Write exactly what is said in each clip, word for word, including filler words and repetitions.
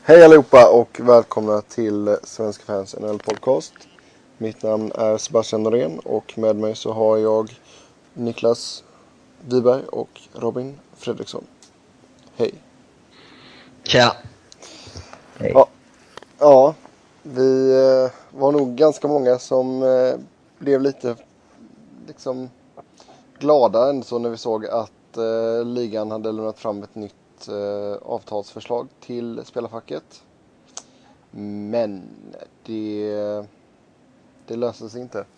Hej allihopa och välkomna till Svenska Fans N H L-podcast. Mitt namn är Sebastian Norén och med mig så har jag Niklas Wiberg och Robin Fredriksson. Hej. Tja. Hej. Ja, ja, vi eh, var nog ganska många som eh, blev lite liksom glada ändå när vi såg att eh, ligan hade lämnat fram ett nytt avtalsförslag till spelarfacket. Men det det löser sig inte.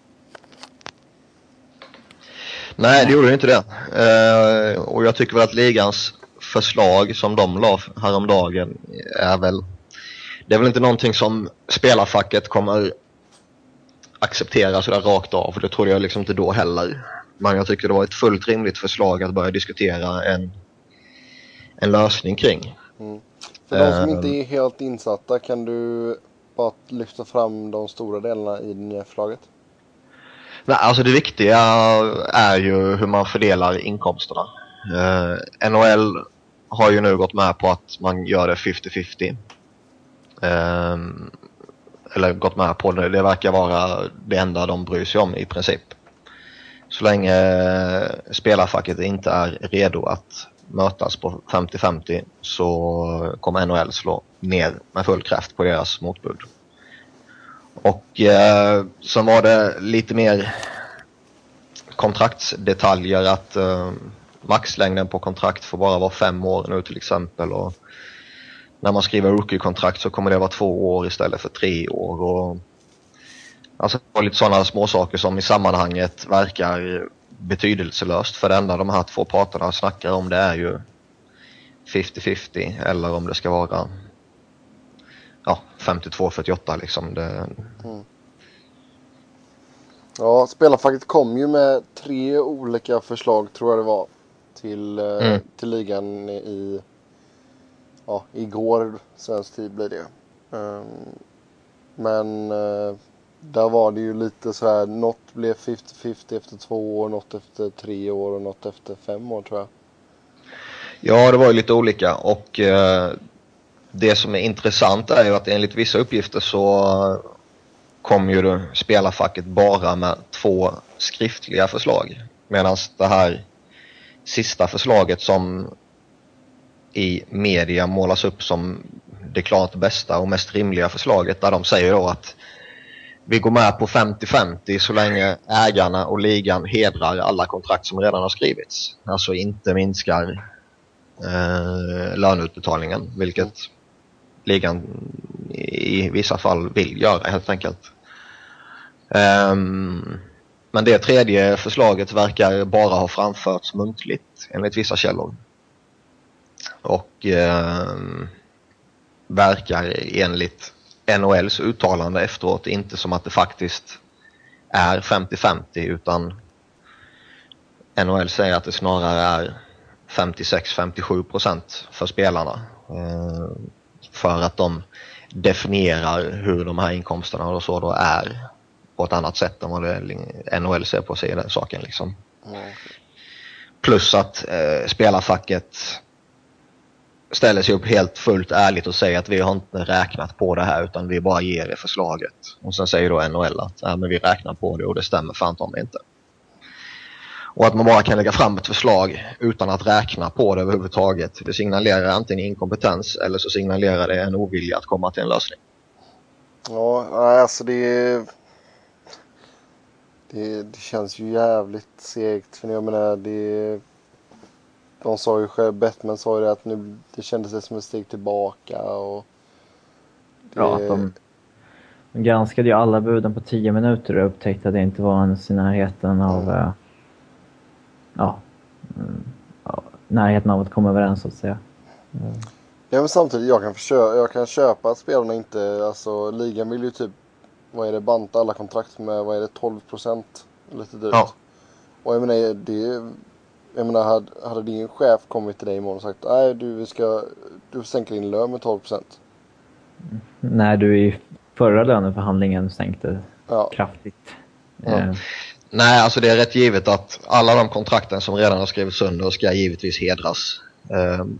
Nej, det gjorde inte det. Uh, och jag tycker väl att ligans förslag som de la häromdagen är väl det är väl inte någonting som spelarfacket kommer acceptera sådär rakt av, för det trodde jag liksom inte då heller. Men jag tycker det var ett fullt rimligt förslag att börja diskutera en en lösning kring. Mm. För de som inte är helt insatta, kan du bara lyfta fram de stora delarna i det nya förslaget? Nej, alltså det viktiga är ju hur man fördelar inkomsterna. Uh, N H L har ju nu gått med på att man gör det femtio femtio. Uh, eller gått med på det. Det verkar vara det enda de bryr sig om i princip. Så länge spelarfacket inte är redo att mötas på femtio femtio så kommer N H L slå ner med full kraft på deras motbud. Och eh, så var det lite mer kontraktsdetaljer att eh, maxlängden på kontrakt får bara vara fem år nu till exempel, och när man skriver rookie-kontrakt så kommer det vara två år istället för tre år, och alltså det var lite sådana små saker som i sammanhanget verkar betydelselöst, för det enda de här två parterna snackar om det är ju femtio femtio eller om det ska vara ja, femtiotvå fyrtioåtta liksom det... mm. Ja, spelarfacket kom ju med tre olika förslag, tror jag det var, till, mm. till ligan i ja, igår svensk tid blir det. Um, men uh, där var det ju lite så här, något blev femtio femtio efter två år, något efter tre år och något efter fem år, tror jag. Ja, det var ju lite olika, och eh, det som är intressant är ju att enligt vissa uppgifter så kom ju det spelarfacket bara med två skriftliga förslag, medan det här sista förslaget som i media målas upp som det klart bästa och mest rimliga förslaget, där de säger då att vi går med på femtio femtio så länge ägarna och ligan hedrar alla kontrakt som redan har skrivits. Alltså inte minskar eh, löneutbetalningen, vilket ligan i vissa fall vill göra helt enkelt. Um, men det tredje förslaget verkar bara ha framförts muntligt enligt vissa källor. Och eh, verkar enligt N H L:s uttalande efteråt inte som att det faktiskt är femtio femtio, utan N H L säger att det snarare är femtiosex femtiosju procent för spelarna, eh, för att de definierar hur de här inkomsterna och så då är på ett annat sätt än vad det N H L ser på sig i den saken liksom. Mm. Plus att eh, spelarfacket ställer sig upp helt fullt ärligt och säger att vi har inte räknat på det här, utan vi bara ger det förslaget. Och sen säger då N H L att ja, men vi räknar på det och det stämmer fan om det inte. Och att man bara kan lägga fram ett förslag utan att räkna på det överhuvudtaget, det signalerar antingen inkompetens eller så signalerar det en ovilja att komma till en lösning. Ja, alltså det det, det känns ju jävligt segt, för jag menar det, de sa ju själv, Batman sa ju det, att nu det kändes det som ett steg tillbaka, och det... Ja, de, de granskade ju alla buden på tio minuter och upptäckte att det inte var ens i närheten av mm. uh, ja, mm, ja, närheten av att komma överens, så att säga. Mm. Ja, men samtidigt jag kan försöka, jag kan köpa att spelarna inte, alltså ligan vill ju typ, vad är det, banta alla kontrakt med, vad är det, tolv procent lite dyrt. Ja. Och jag menar det, jag menar hade, hade din chef kommit till dig imorgon och sagt nej, du ska du sänker din lön med tolv procent. Mm. När du i förra löneförhandlingen sänkte ja. kraftigt. Ja. Eh. Nej, alltså det är rätt givet att alla de kontrakten som redan har skrivits under ska givetvis hedras. Eh,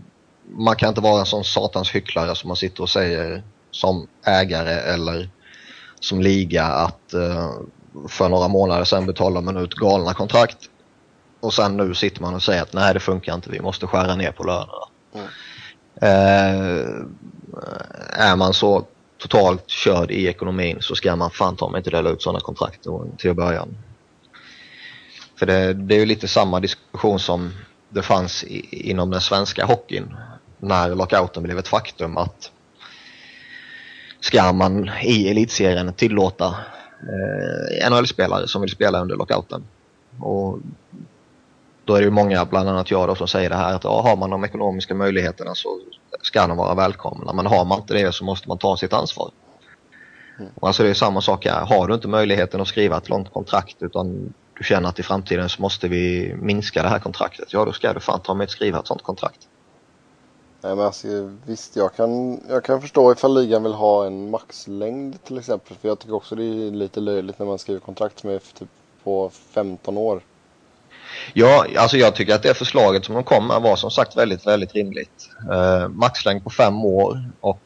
man kan inte vara en sån satans hycklare som man sitter och säger som ägare eller som liga att uh, för några månader sedan betalar man ut galna kontrakt och sen nu sitter man och säger att nej, det funkar inte, vi måste skära ner på lönerna. Mm. Uh, är man så totalt körd i ekonomin så ska man fan ta mig inte dela ut sådana kontrakt till början. För det, det är ju lite samma diskussion som det fanns i, inom den svenska hockeyn när lockouten blev ett faktum, att ska man i elitserien tillåta eh, N H L-spelare som vill spela under lockouten. Och då är det ju många, bland annat jag då, som säger det här att ja, har man de ekonomiska möjligheterna så ska de vara välkomna. Men har man inte det så måste man ta sitt ansvar. Mm. Och alltså det är samma sak här. Har du inte möjligheten att skriva ett långt kontrakt utan du känner att i framtiden så måste vi minska det här kontraktet, ja då ska du fan ta med att skriva ett sånt kontrakt. Nej, men alltså, visst, jag kan, jag kan förstå ifall ligan vill ha en maxlängd till exempel. För jag tycker också det är lite löjligt när man skriver kontrakt som är typ på femton år. Ja, alltså jag tycker att det förslaget som de kom med var som sagt väldigt, väldigt rimligt. Eh, maxlängd på fem år och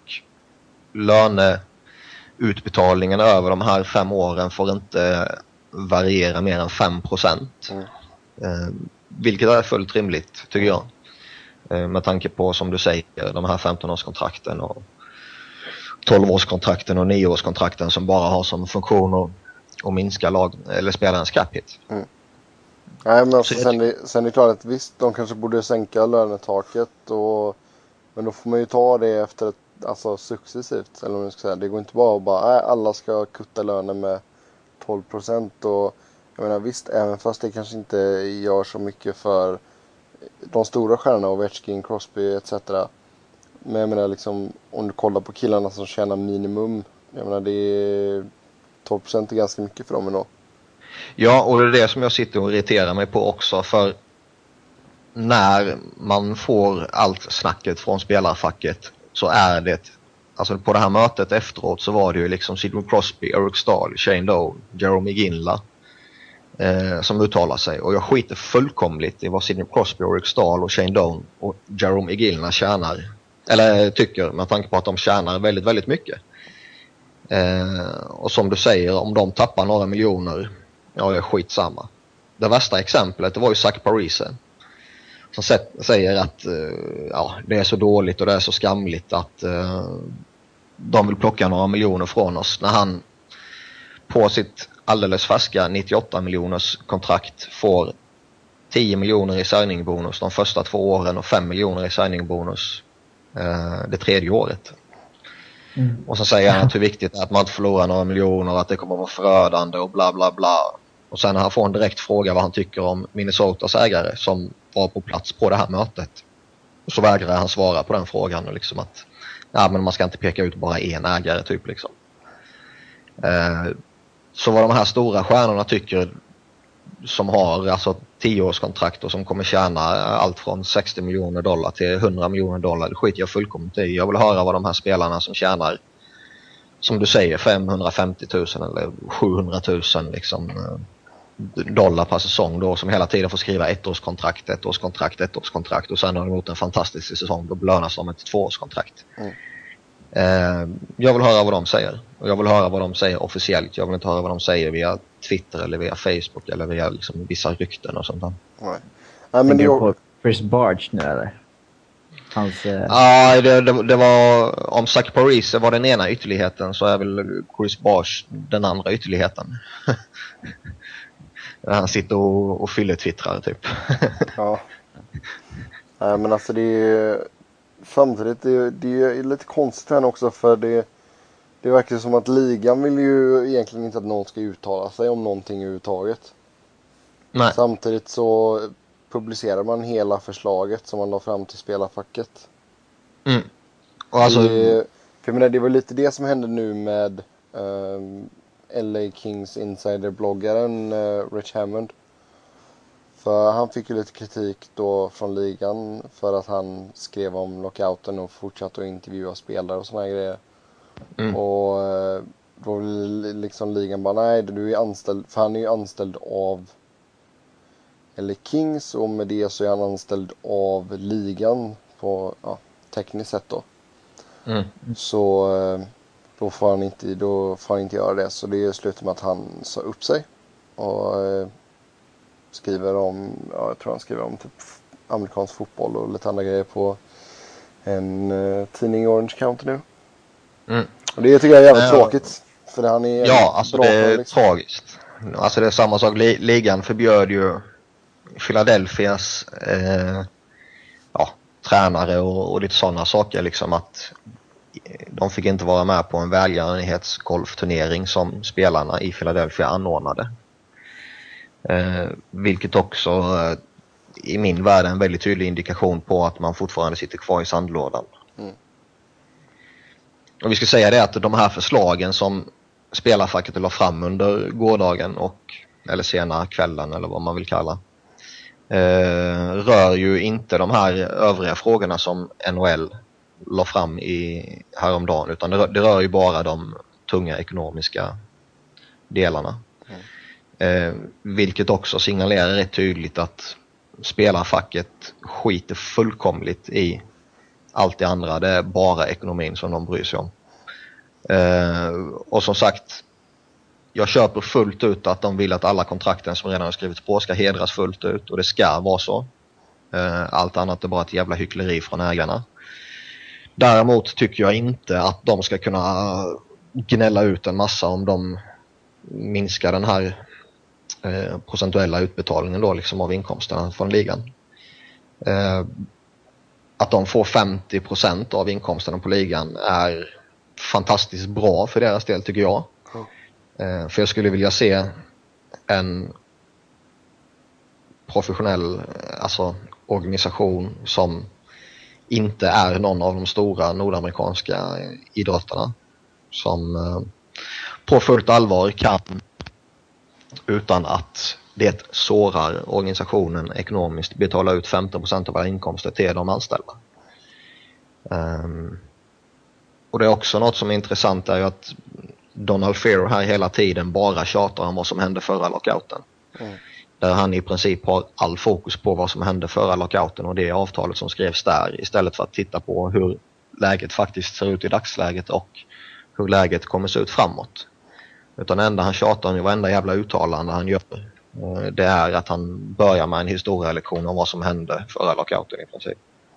löneutbetalningen över de här fem åren får inte variera mer än fem procent. Mm. Eh, vilket är fullt rimligt tycker jag. Eh, med tanke på, som du säger, de här femton-årskontrakten och tolv-årskontrakten och nio-årskontrakten som bara har som funktion att, att minska lag, eller spelarens cap hit. Mm. Nej, men alltså, sen, det, sen är det klart att visst, de kanske borde sänka lönetaket och, men då får man ju ta det efter ett, alltså successivt, eller vad man ska säga. Det går inte bara att bara, nej, alla ska kutta lönen med tolv procent och jag menar visst, även fast det kanske inte gör så mycket för de stora stjärnorna, Ovechkin, Crosby et cetera. Men jag menar liksom, om du kollar på killarna som tjänar minimum, jag menar det är tolv procent är ganska mycket för dem ändå. Ja, och det är det som jag sitter och irriterar mig på också, för när man får allt snacket från spelarfacket så är det, alltså på det här mötet efteråt så var det ju liksom Sidney Crosby, Eric Stahl, Shane Doan, Jarome Iginla eh, som uttalar sig, och jag skiter fullkomligt i vad Sidney Crosby, Eric Stahl och Shane Doan och Jarome Iginla tjänar, eller tycker, med tanke på att de tjänar väldigt, väldigt mycket. Eh, och som du säger, om de tappar några miljoner, ja, det är skitsamma. Det värsta exemplet, det var ju Zach Parise som säger att uh, ja, det är så dåligt och det är så skamligt att uh, de vill plocka några miljoner från oss, när han på sitt alldeles färska nittioåtta miljoners kontrakt får tio miljoner i signingbonus de första två åren och fem miljoner i signingbonus uh, det tredje året. Mm. Och så säger han att hur viktigt det är att man inte förlorar några miljoner och att det kommer att vara förödande och bla bla bla. Och sen har han fått en direkt fråga vad han tycker om Minnesotas ägare som var på plats på det här mötet. Och så vägrar han svara på den frågan och liksom att ja, men man ska inte peka ut bara en ägare typ liksom. Eh, så vad de här stora stjärnorna tycker, som har alltså tioårskontrakt och som kommer tjäna allt från sextio miljoner dollar till hundra miljoner dollar, det skiter jag fullkomligt i. Jag vill höra vad de här spelarna som tjänar, som du säger, femhundrafemtio tusen eller sjuhundratusen liksom dollar per säsong då, som hela tiden får skriva ettårskontrakt, ettårskontrakt, ettårskontrakt och sen har de gjort en fantastisk säsong, då belönas de ett tvåårskontrakt. Mm. Eh, jag vill höra vad de säger, och jag vill höra vad de säger officiellt. Jag vill inte höra vad de säger via Twitter eller via Facebook eller via liksom vissa rykten och sånt där. Nej. Nej, men det går på Chris Barge nu eller? Hans, eh... ah, det, det, det var, om Zach Parise var den ena ytterligheten så är väl Chris Barge den andra ytterligheten. Han sitter och, och fyller twittrar typ. Ja. Nej, men alltså det är samtidigt det är, det är lite konstigt här också, för det det verkar som att ligan vill ju egentligen inte att någon ska uttala sig om någonting överhuvudtaget. Nej. Samtidigt så publicerar man hela förslaget som man la fram till spelarfacket. Mm. Och alltså... det, för jag menar, det var lite det som hände nu med um, L A Kings insider-bloggaren uh, Rich Hammond. För han fick ju lite kritik då från ligan för att han skrev om lockouten och fortsatte att intervjua spelare och såna här grejer. Mm. Och uh, då liksom ligan bara, nej, du är anställd, för han är ju anställd av L A Kings och med det så är han anställd av ligan på, ja, tekniskt sett då. Mm. Så eh, då får han inte, då får han inte göra det. Så det slutar med att han sa upp sig. Och eh, skriver om, ja, jag tror han skriver om typ amerikansk fotboll och lite andra grejer på en eh, tidning i Orange County nu. Mm. Och det tycker jag är jävligt ja. tråkigt. För han är ja, alltså bra det är liksom. tragiskt. Alltså det är samma sak. Ligan förbjöd ju Philadelphias eh, ja, tränare och, och lite sådana saker liksom, att de fick inte vara med på en välgörenhetsgolfturnering som spelarna i Philadelphia anordnade. Eh, vilket också eh, i min värld är en väldigt tydlig indikation på att man fortfarande sitter kvar i sandlådan. Mm. Och vi ska säga det att de här förslagen som spelarfacket la fram under gårdagen och eller sena kvällen eller vad man vill kalla eh, rör ju inte de här övriga frågorna som N H L la fram i häromdagen, utan det rör, det rör ju bara de tunga ekonomiska delarna. Mm. Eh, vilket också signalerar rätt tydligt att spelarfacket skiter fullkomligt i allt det andra. Det är bara ekonomin som de bryr sig om. Eh, och som sagt, jag köper fullt ut att de vill att alla kontrakten som redan har skrivits på ska hedras fullt ut, och det ska vara så. Eh, allt annat är bara ett jävla hyckleri från ägarna. Däremot tycker jag inte att de ska kunna gnälla ut en massa om de minskar den här eh, procentuella utbetalningen då liksom av inkomsterna från ligan. Eh, att de får femtio procent av inkomsterna på ligan är fantastiskt bra för deras del, tycker jag. Mm. Eh, för jag skulle vilja se en professionell alltså organisation som inte är någon av de stora nordamerikanska idrotterna som eh, på fullt allvar kan, utan att det sårar organisationen ekonomiskt, betala ut femton procent av alla inkomster till de anställda. Um, och det är också något som är intressant är ju att Donald Fair här hela tiden bara tjatar om vad som hände förra lockouten. Mm. Där han i princip har all fokus på vad som hände förra lockouten och det avtalet som skrevs där, istället för att titta på hur läget faktiskt ser ut i dagsläget och hur läget kommer se ut framåt. Utan det enda han tjatar om i varenda jävla uttalande han gör, det är att han börjar med en historielektion om vad som hände förra lockouten i princip.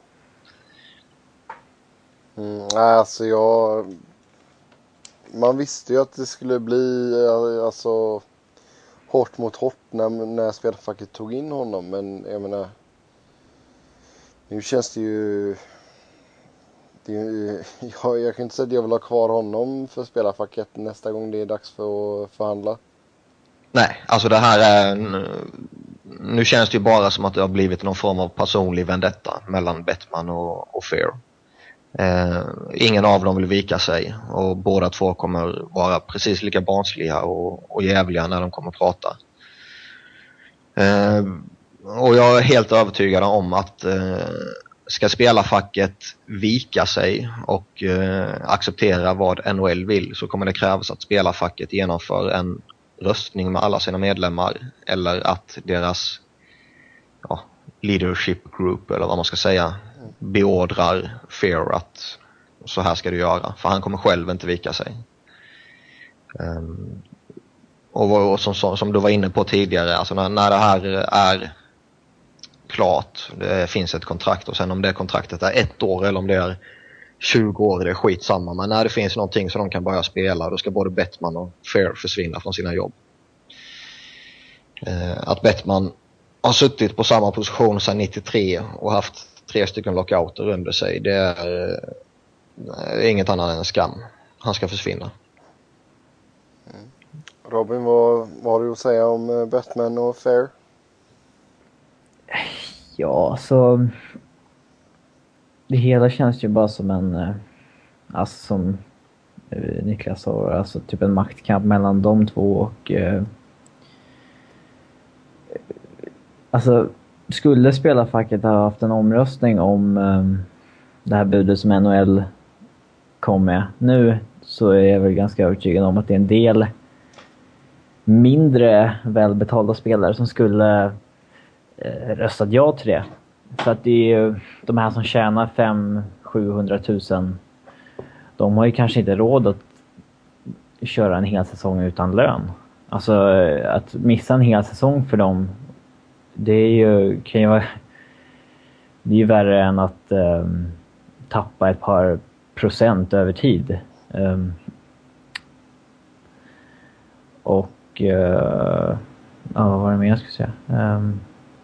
Mm, alltså jag... Man visste ju att det skulle bli alltså hårt mot hårt när, när spelarfacket tog in honom. Men jag menar, nu känns det ju... Det är ju jag, jag kan inte säga att jag vill ha kvar honom för spelarfacket nästa gång det är dags för att förhandla. Nej, alltså det här är... Nu känns det ju bara som att det har blivit någon form av personlig vendetta mellan Bettman och, och Fair. Eh, ingen av dem vill vika sig och båda två kommer vara precis lika barnsliga och, och jävliga när de kommer att prata. Eh, och jag är helt övertygad om att eh, ska spelarfacket vika sig och eh, acceptera vad N H L vill, så kommer det krävas att spelarfacket genomför en röstning med alla sina medlemmar, eller att deras ja, leadership group eller vad man ska säga beordrar Fair att så här ska du göra, för han kommer själv inte vika sig. Um, och, och som, som du var inne på tidigare, alltså när, när det här är klart, det finns ett kontrakt, och sen om det kontraktet är ett år eller om det är tjugo år, det är skitsamma, men när det finns någonting så de kan börja spela, då ska både Bettman och Fair försvinna från sina jobb. Uh, att Bettman har suttit på samma position sedan nittiotre och haft tre stycken lockouter under sig, det är, det är inget annat än en skam. Han ska försvinna. Mm. Robin, vad, vad har du att säga om Bettman och Fair? Ja, så det hela känns ju bara som en, alltså som Niklas sa, alltså typ en maktkamp mellan de två, och eh, alltså skulle spelarfacket ha haft en omröstning om um, det här budet som N H L kom med nu, så är jag väl ganska övertygad om att det är en del mindre välbetalda spelare som skulle uh, röstat ja till det. För att det är ju de här som tjänar fem sjuhundratusen. De har ju kanske inte råd att köra en hel säsong utan lön. Alltså att missa en hel säsong för dem, det är ju, kan ju vara, det är ju värre än att um, tappa ett par procent över tid. Um, och uh, ja, vad var det mer jag skulle säga? Um,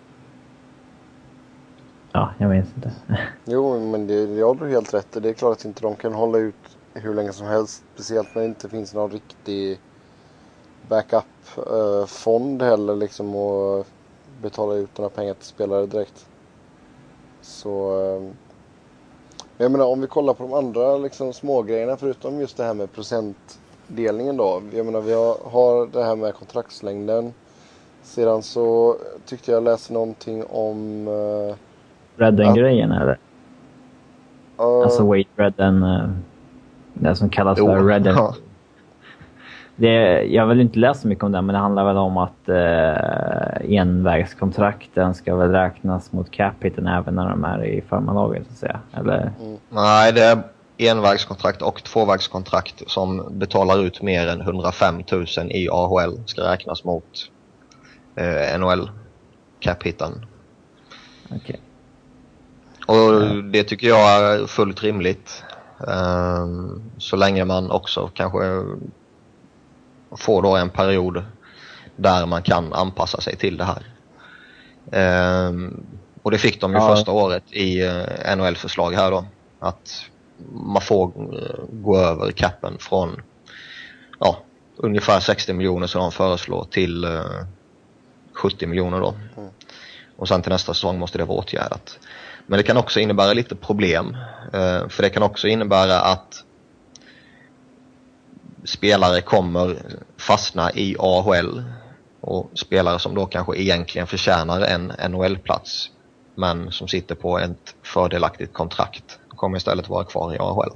ja, jag minns inte. Jo, men det, det har du helt rätt. Det är klart att inte de kan hålla ut hur länge som helst. Speciellt när det inte finns någon riktig backup-fond uh, heller liksom, och betala ut några pengar till spelare direkt. Så uh, jag menar, om vi kollar på de andra liksom, små grejerna förutom just det här med procentdelningen då. Jag menar, vi har, har det här med kontraktslängden. Sedan så tyckte jag läste någonting om uh, Redden-grejen eller? Uh, alltså Wade Redden, uh, det som kallas jo, för Redden. Ja. Det, jag vill inte läsa så mycket om det, men det handlar väl om att uh, envägskontrakten ska väl räknas mot cap-hiten även när de är i farmalaget, så att säga. Eller? Mm. Nej, det är envägskontrakt och tvåvägskontrakt som betalar ut mer än hundrafem tusen i A H L ska räknas mot uh, N H L cap-hiten. Okej. Okay. Och det tycker jag är fullt rimligt. Um, så länge man också kanske får då en period där man kan anpassa sig till det här. Um, och det fick de ju ja. första året i uh, N H L-förslag här då. Att man får uh, gå över capen från ja, ungefär sextio miljoner som de föreslår till uh, sjuttio miljoner då. Mm. Och sen till nästa säsong måste det vara åtgärdat. Men det kan också innebära lite problem. För det kan också innebära att spelare kommer fastna i A H L. Och spelare som då kanske egentligen förtjänar en N H L-plats. Men som sitter på ett fördelaktigt kontrakt. Kommer istället vara kvar i A H L.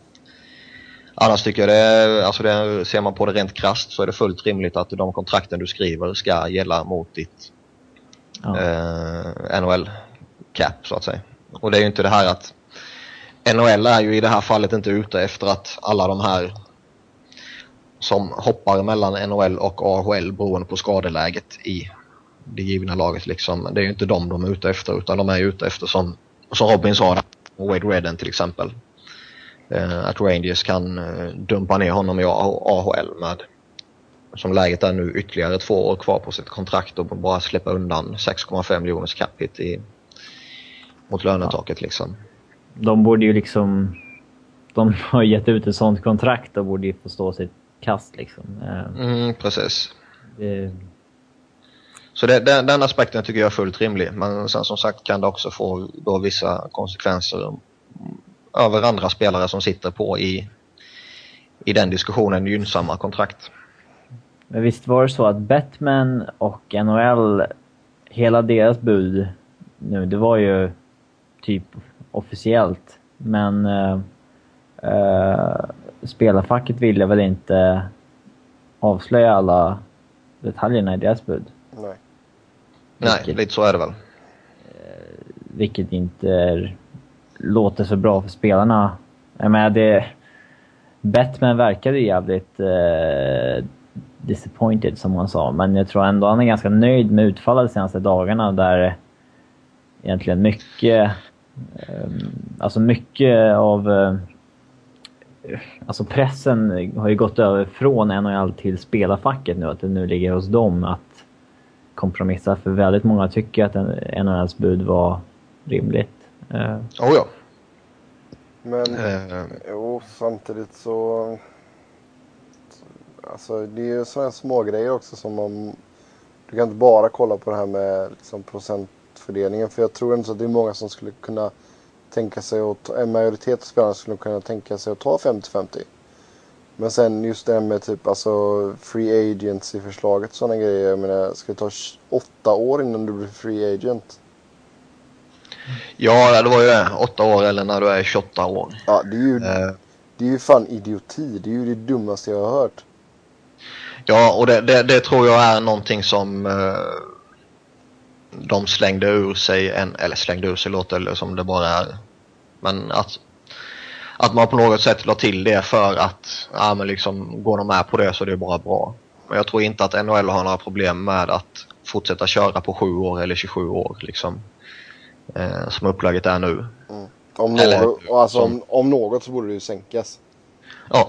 Annars tycker jag det, alltså det, ser man på det rent krasst så är det fullt rimligt att de kontrakten du skriver ska gälla mot ditt ja. eh, N H L cap så att säga. Och det är ju inte det här att N H L är ju i det här fallet inte ute efter att alla de här som hoppar mellan N H L och A H L beroende på skadeläget i det givna laget liksom. Det är ju inte dem de är ute efter, utan de är ute efter som, som Robin sa, Wade Redden till exempel. Eh, att Rangers kan eh, dumpa ner honom i A H L med, som läget är nu, ytterligare två år kvar på sitt kontrakt och bara släppa undan sex komma fem miljoners cap hit i mot lönetaket ja. liksom. De borde ju liksom, de har gett ut ett sånt kontrakt och borde ju få stå sitt kast liksom. Mm, precis. Det... Så det, den, den aspekten tycker jag är fullt rimlig. Men sen som sagt kan det också få då vissa konsekvenser över andra spelare som sitter på i, i den diskussionen gynnsamma kontrakt. Men visst var det så att Batman och N H L, hela deras bud nu, det var ju typ officiellt, men äh, äh, spelarfacket ville väl inte avslöja alla detaljerna i deras bud. Nej, vilket, Nej lite så är det väl. Äh, vilket inte är, låter så bra för spelarna. Jag menar, det, Batman verkade jävligt äh, disappointed som man sa, men jag tror ändå han är ganska nöjd med utfallet de senaste dagarna, där egentligen mycket alltså mycket av alltså pressen har ju gått över från N H L till spelarfacket nu, att det nu ligger hos dem att kompromissa, för väldigt många tycker att N H L:s bud var rimligt. Oh ja. Men uh. jo, samtidigt så alltså det är ju sådana små grejer också som man, du kan inte bara kolla på det här med liksom procentfördelningen, för jag tror inte att det är många som skulle kunna tänka sig att en majoritet av spelarna skulle kunna tänka sig att ta femtio femtio. Men sen just det här med typ alltså free agents i förslaget, sådana grejer, jag menar, ska det ta åtta år innan du blir free agent? Ja, det var ju det, åtta år eller när du är tjugoåtta år. Ja, det är ju, uh. det är ju fan idioti, det är ju det dummaste jag har hört. Ja, och det, det, det tror jag är någonting som uh, de slängde ur sig, en, eller slängde ur sig låter det som det bara är. Men att att man på något sätt la till det för att ja, men liksom, går de med på det så är det bara bra. Men jag tror inte att N H L har några problem med att fortsätta köra på sju år eller tjugosju år liksom, eh, som upplägget är nu. Mm. Om, eller, något, alltså, som, om, om något så borde det ju sänkas. Ja.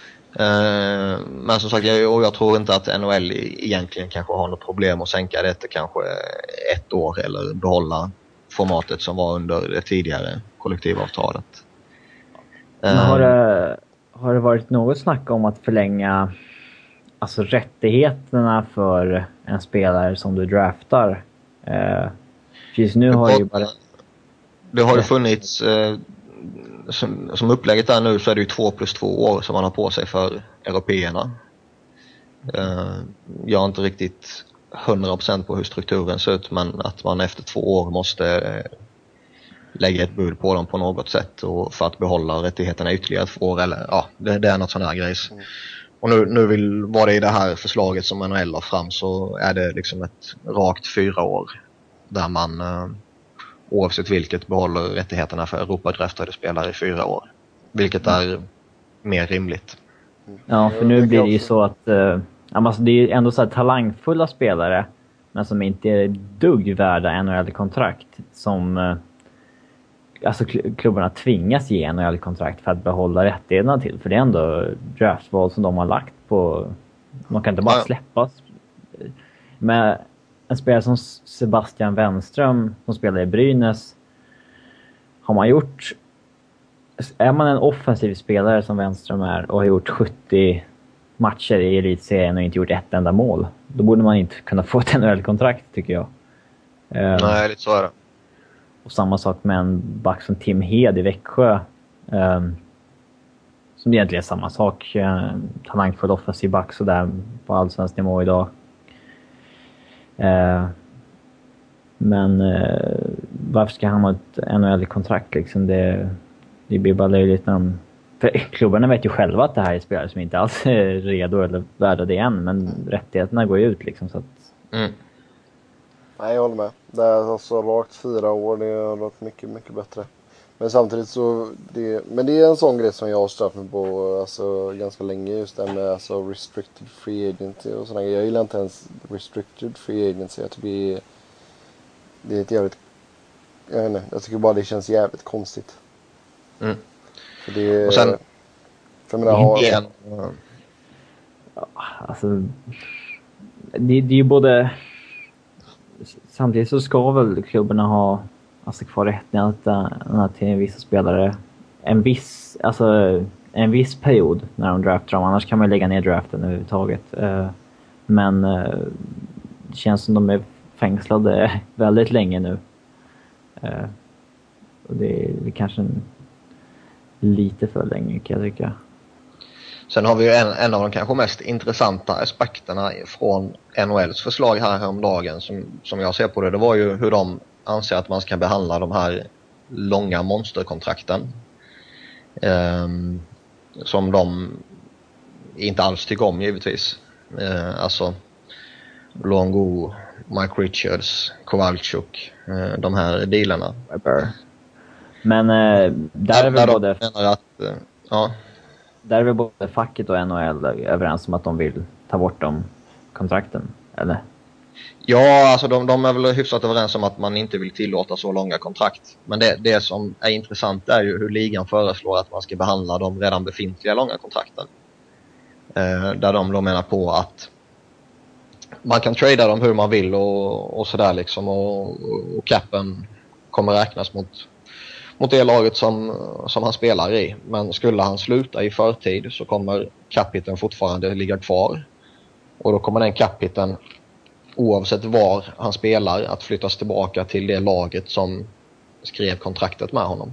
Eh, men som sagt, jag, och jag tror inte att N H L egentligen kanske har något problem att sänka det till kanske ett år eller behålla formatet som var under det tidigare kollektivavtalet. Men har det, har det varit något snack om att förlänga alltså rättigheterna för en spelare som du draftar? Eh, just nu har det ju bara... Det har ju funnits, eh, som, som upplägget är nu så är det ju två plus två år som man har på sig för européerna. Eh, jag är inte riktigt hundra procent på hur strukturen ser ut, men att man efter två år måste eh, lägga ett bud på dem på något sätt och för att behålla rättigheterna ytterligare två år eller ja, det, det är något sån här grejs. Mm. Och nu, nu vill, var det i det här förslaget som N H L la fram så är det liksom ett rakt fyra år där man eh, oavsett vilket behåller rättigheterna för Europa-draftade spelare i fyra år. Vilket är mer rimligt. Ja, för nu blir det ju så att eh, alltså det är ändå så här talangfulla spelare men som inte är dugg värda N H L-kontrakt som eh, alltså klubbarna tvingas ge N H L-kontrakt för att behålla rättigheterna till. För det är ändå draftval som de har lagt på. Man kan inte bara släppas. Med en spelare som Sebastian Wenström som spelar i Brynäs har man gjort... Är man en offensiv spelare som Wenström är och har gjort sjuttio matcher i elitserien och inte gjort ett enda mål, då borde man inte kunna få ett N H L-kontrakt tycker jag. Nej, lite så är det. Och samma sak med en back som Tim Hed i Växjö. Um, som egentligen är samma sak. Uh, talangfull offensiv back så där på allsvensk nivå idag. Uh, men uh, varför ska han ha ett N H L-kontrakt liksom? Det, det blir bara löjligt när de... För klubbarna vet ju själva att det här är spelare som inte alls är redo eller värda det än. Men rättigheterna går ju ut liksom så att... Mm. Nej, jag håller med. Det är alltså rakt fyra år. Det har varit mycket, mycket bättre. Men samtidigt så... Det, men det är en sån grej som jag har stört mig på alltså, ganska länge. Just det med alltså, restricted free agency och sådana grejer. Jag gillar inte ens restricted free agency. Jag tycker det är, det är ett jävligt... Jag vet inte. Jag tycker bara det känns jävligt konstigt. Mm. För det... Och sen... För jag menar, har... Igen. Ja, alltså... Det, det är ju både... Samtidigt så ska väl klubbarna ha alltså kvar rättigheterna till vissa spelare en viss, alltså en viss period när de draftar dem. Annars kan man lägga ner draften överhuvudtaget. Men det känns som de är fängslade väldigt länge nu. Och det är kanske en, lite för länge kan jag tycka. Sen har vi ju en, en av de kanske mest intressanta aspekterna från N H L:s förslag här häromdagen som, som jag ser på det. Det var ju hur de anser att man ska behandla de här långa monsterkontrakten. Um, som de inte alls tycker om givetvis. Uh, alltså Longo, Mike Richards, Kowalczyk, uh, de här dealarna. Men uh, där är väl både... Att, uh, ja. Där är väl både facket och N H L överens om att de vill ta bort de kontrakten, eller? Ja, alltså de, de är väl hyfsat överens om att man inte vill tillåta så långa kontrakt. Men det, det som är intressant är ju hur ligan föreslår att man ska behandla de redan befintliga långa kontrakten. Eh, där de då menar på att man kan trada dem hur man vill och, och sådär liksom. Och, och capen kommer räknas mot... mot det laget som, som han spelar i. Men skulle han sluta i förtid så kommer capiten fortfarande ligga kvar. Och då kommer den capiten, oavsett var han spelar, att flyttas tillbaka till det laget som skrev kontraktet med honom.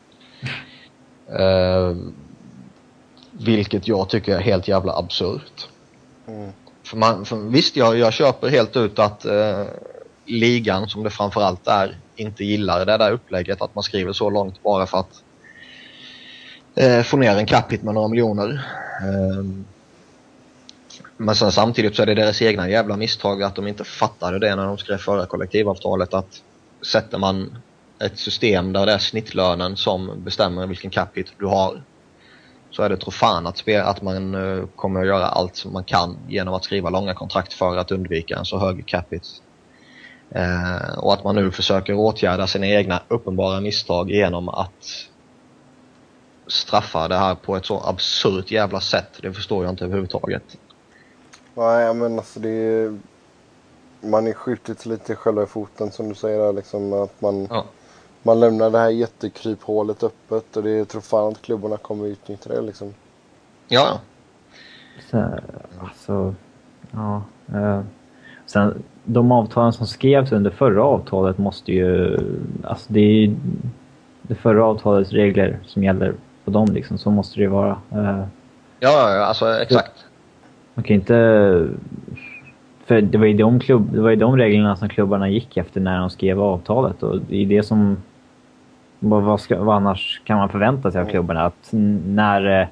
Uh, vilket jag tycker är helt jävla absurt. Mm. För man, för visst, jag, jag köper helt ut att uh, ligan, som det framförallt är, inte gillar det där upplägget att man skriver så långt bara för att eh, få ner en cap hit med några miljoner. Eh, men sen samtidigt så är det deras egna jävla misstag att de inte fattade det när de skrev förra kollektivavtalet, att sätter man ett system där det är snittlönen som bestämmer vilken cap hit du har, så är det tro fan att, spela, att man uh, kommer att göra allt som man kan genom att skriva långa kontrakt för att undvika en så hög cap hit. Uh, och att man nu försöker åtgärda sina egna uppenbara misstag genom att straffa det här på ett så absurt jävla sätt. Det förstår jag inte överhuvudtaget. Nej, men alltså det är... Man är skjutit lite själva i foten som du säger där, liksom att man, ja. man lämnar det här jättekryphålet öppet och det är, tror fan att klubbarna kommer utnyttja det liksom. Ja. Så, alltså, ja. Eh, sen de avtalen som skrevs under förra avtalet måste ju, alltså det är det förra avtalets regler som gäller på dem liksom, så måste det ju vara. Eh, ja, alltså exakt. Man kan inte... För det var ju de, klubb, det var ju de reglerna som klubbarna gick efter när de skrev avtalet. Och det är det som... Vad, ska, vad annars kan man förvänta sig av klubbarna? Att när...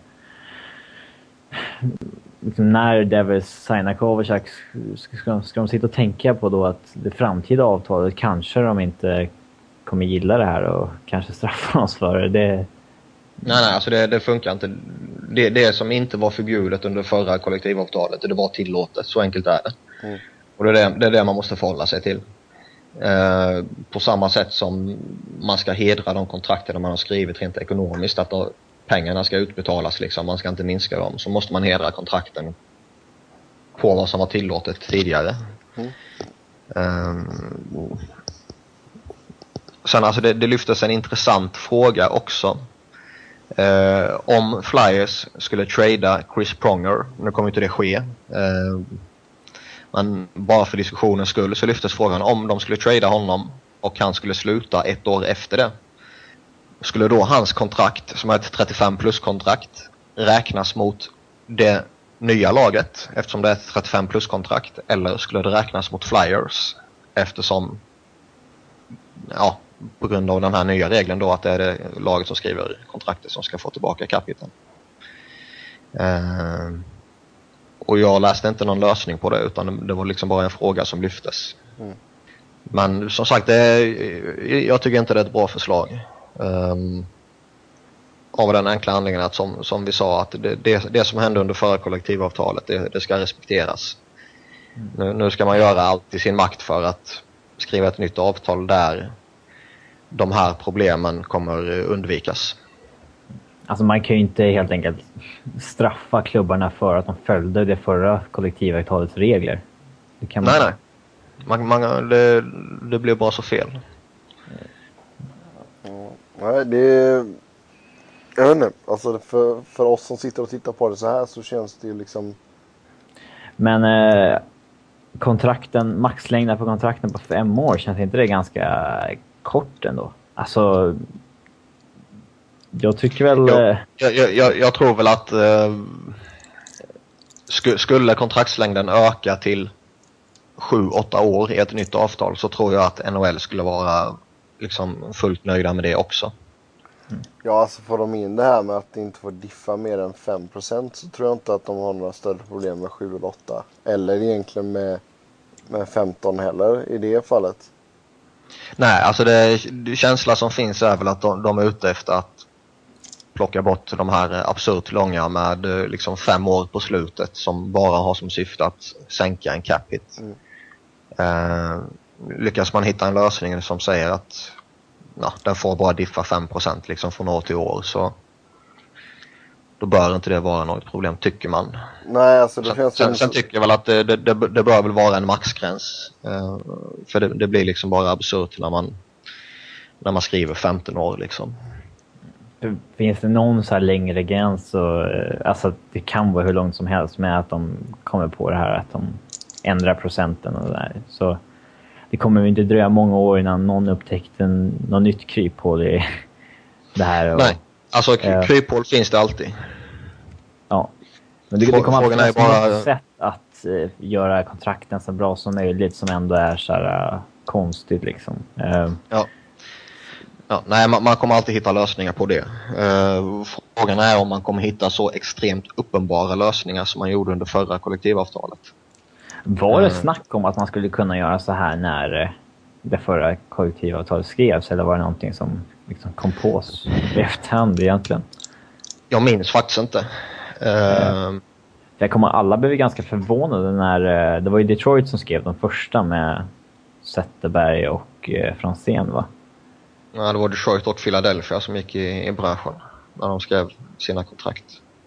Liksom när Devils signar Kovacic ska, ska, ska de sitta och tänka på då att det framtida avtalet kanske de inte kommer gilla det här och kanske straffa oss för det. det nej, nej, alltså det, det funkar inte. Det, det som inte var förbjudet under förra kollektivavtalet, det var tillåtet. Så enkelt är det. Mm. Och det är det, det är det man måste förhålla sig till. Eh, på samma sätt som man ska hedra de kontrakter man har skrivit rent ekonomiskt, att då pengarna ska utbetalas liksom, man ska inte minska dem, så måste man hedra kontrakten på vad som var tillåtet tidigare. Mm. Eh, sen alltså det, det lyftes en intressant fråga också. Eh, om Flyers skulle trada Chris Pronger, nu kommer inte det ske, eh, men bara för diskussionens skull så lyftes frågan om de skulle trada honom och han skulle sluta ett år efter det. Skulle då hans kontrakt, som är ett trettiofem plus kontrakt, räknas mot det nya laget eftersom det är ett trettiofem plus kontrakt, eller skulle det räknas mot Flyers eftersom, ja, på grund av den här nya regeln då, att det är det laget som skriver kontraktet som ska få tillbaka kapiten. Eh, och jag läste inte någon lösning på det, utan det var liksom bara en fråga som lyftes. Mm. Men som sagt, det är, jag tycker inte det är ett bra förslag. Um, av den enkla anledningen att som, som vi sa, att det, det, det som hände under förra kollektivavtalet, det, det ska respekteras. Mm. Nu, nu ska man göra allt i sin makt för att skriva ett nytt avtal där de här problemen kommer undvikas. Alltså man kan ju inte helt enkelt straffa klubbarna för att de följde det förra kollektivavtalets regler. Det kan man... Nej, nej. Man, man, det, det blir bara så fel. Mm. Nej, det är... Jag vet inte. Alltså för, för oss som sitter och tittar på det så här så känns det ju liksom... Men eh, kontrakten, maxlängden på kontrakten på fem år, känns inte det ganska kort ändå? Alltså... Jag tycker väl... Jag, jag, jag, jag tror väl att eh, sk- skulle kontraktslängden öka till sju åtta år i ett nytt avtal, så tror jag att N H L skulle vara liksom fullt nöjda med det också. Mm. Ja, alltså får de in det här med att det inte får diffa mer än fem procent, så tror jag inte att de har några större problem med sju eller åtta. Eller egentligen med, med femton heller i det fallet. Nej, alltså det, det känsla som finns är väl att de, de är ute efter att plocka bort de här absurt långa med liksom fem år på slutet som bara har som syfte att sänka en cap hit. Mm. Eh, lyckas man hitta en lösning som säger att ja, den får bara diffa fem procent liksom från år till år, så då bör inte det vara något problem, tycker man. Nej, alltså det sen, sen, en... sen tycker jag väl att det, det, det, det bör väl vara en maxgräns. Eh, för det, det blir liksom bara absurt när man när man skriver femton år liksom. Finns det någon så här längre gräns, så, alltså det kan vara hur långt som helst med att de kommer på det här att de ändrar procenten och där. Så det kommer ju inte dröja många år innan någon upptäckte en, någon nytt kryphål i det här. Och, nej, alltså kryphål äh, finns det alltid. Ja, men det, det kommer alltid finnas bara... något sätt att uh, göra kontrakten så bra som möjligt som ändå är så här uh, konstigt liksom. Uh, ja. Ja, nej, man, man kommer alltid hitta lösningar på det. Uh, frågan är om man kommer hitta så extremt uppenbara lösningar som man gjorde under förra kollektivavtalet. Var det uh, snack om att man skulle kunna göra så här när det förra kollektivavtalet skrevs, eller var det någonting som liksom kom på i efterhand egentligen? Jag minns faktiskt inte. Uh... Jag kommer alla blev ganska förvånade när det var ju Detroit som skrev de första med Zetterberg och eh, Franzén, va? Ja, det var Detroit och Philadelphia som gick i, i branschen när de skrev sina kontrakt.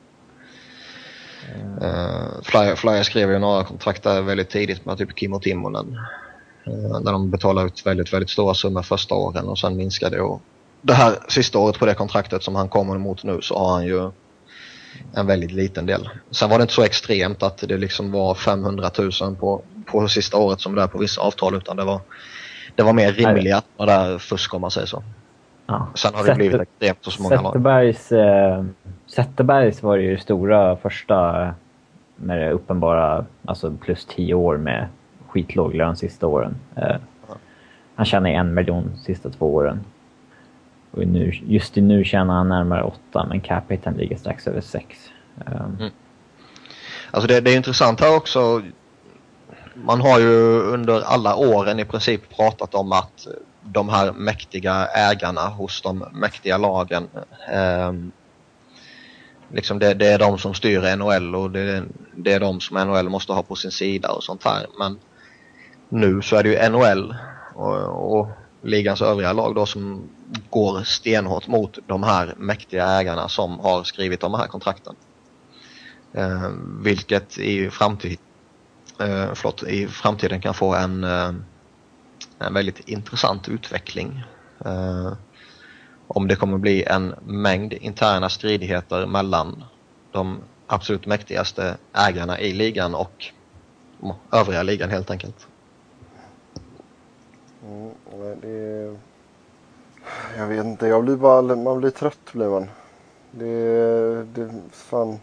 Mm. Uh, Flyer, Flyer skrev ju några kontrakt där väldigt tidigt med typ Kimmo Timonen. Uh, där de betalade ut väldigt, väldigt stora summor första åren och sen minskade. Och det här sista året på det kontraktet som han kommer emot nu så har han ju en väldigt liten del. Sen var det inte så extremt att det liksom var femhundratusen på, på sista året som det är på vissa avtal, utan det var, det var mer rimliga och där fusk, om man säger så. Ja. Sen har det Sätter, blivit extremt hos många Zetterbergs, eh, Zetterbergs var ju stora första med det uppenbara, alltså plus tio år med skitlåg lön sista åren. Eh, han tjänar en miljon sista två åren. Och nu, just nu tjänar han närmare åtta, men capiten ligger strax över sex. Um. Mm. Alltså det, det är intressant här också. Man har ju under alla åren i princip pratat om att de här mäktiga ägarna hos de mäktiga lagen, eh, liksom det, det är de som styr N H L och det, det är de som N H L måste ha på sin sida och sånt här. Men nu så är det ju N H L och, och ligans övriga lag då som går stenhårt mot de här mäktiga ägarna som har skrivit de här kontrakten. Eh, vilket i, framtid, eh, förlåt, i framtiden kan få en, eh, en väldigt intressant utveckling. Eh, om det kommer bli en mängd interna stridigheter mellan de absolut mäktigaste ägarna i ligan och övriga ligan helt enkelt. Mm, det, jag vet inte, jag blir bara, man blir trött blir man. Det, det fan.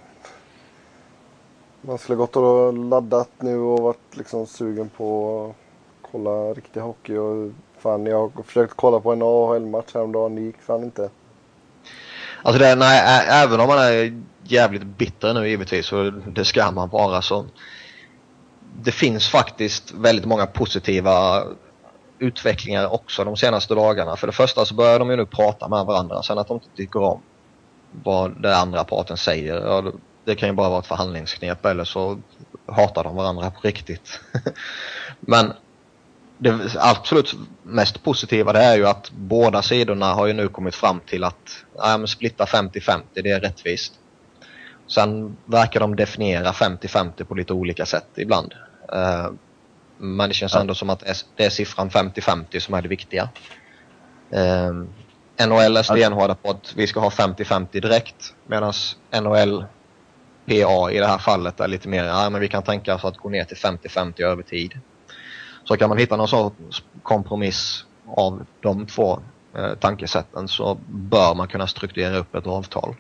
Man skulle gått och laddat nu och varit liksom sugen på att kolla riktig hockey och fan, jag har försökt kolla på en A H L-match häromdagen, det gick fan inte. Alltså det, nej, ä- även om man är jävligt bitter nu givetvis, så det ska man vara, så det finns faktiskt väldigt många positiva utvecklingar också de senaste dagarna. För det första så börjar de ju nu prata med varandra. Sen att de inte tycker om vad den andra parten säger, ja, det kan ju bara vara ett förhandlingsknep, eller så hatar de varandra på riktigt. Men det absolut mest positiva det är ju att båda sidorna har ju nu kommit fram till att ja, men splitta femtio femtio, det är rättvist. Sen verkar de definiera femtio femtio på lite olika sätt ibland. Uh, men det känns ändå som att det är siffran femtio femtio som är det viktiga. Uh, N H L är stenhårda på att vi ska ha femtio femtio direkt, medan N H L P A i det här fallet är lite mer, ja men vi kan tänka oss att gå ner till femtio femtio över tid. Så kan man hitta någon sorts kompromiss av de två eh, tankesätten, så bör man kunna strukturera upp ett avtal.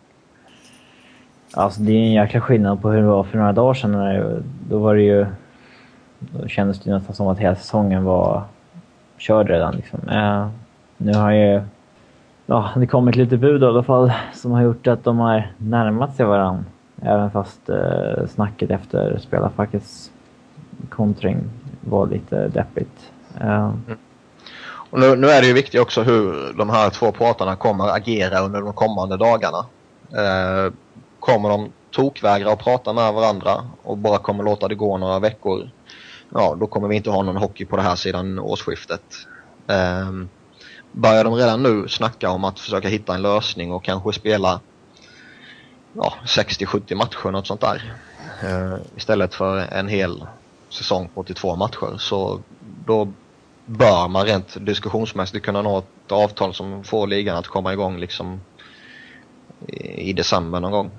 Alltså det är en jäkla skillnad på hur det var för några dagar sedan. När, då var det ju, då kändes det nästan som att hela säsongen var körd redan liksom. Eh, nu har ju ja, det kommit lite bud i alla fall som har gjort att de har närmat sig varandra. Även fast eh, snacket efter spelarfackets kontring var lite deppigt. Uh. Mm. Och nu, nu är det ju viktigt också hur de här två parterna kommer agera under de kommande dagarna. Uh, kommer de tokvägra att prata med varandra och bara kommer låta det gå några veckor, ja, då kommer vi inte ha någon hockey på det här sidan årsskiftet. Uh, börjar de redan nu snacka om att försöka hitta en lösning och kanske spela ja, sextio sjuttio matcher, något sånt där, uh, istället för en hel säsong på åttiotvå matcher, så då bör man rent diskussionsmässigt kunna nå ett avtal som får ligan att komma igång liksom i, i december någon gång.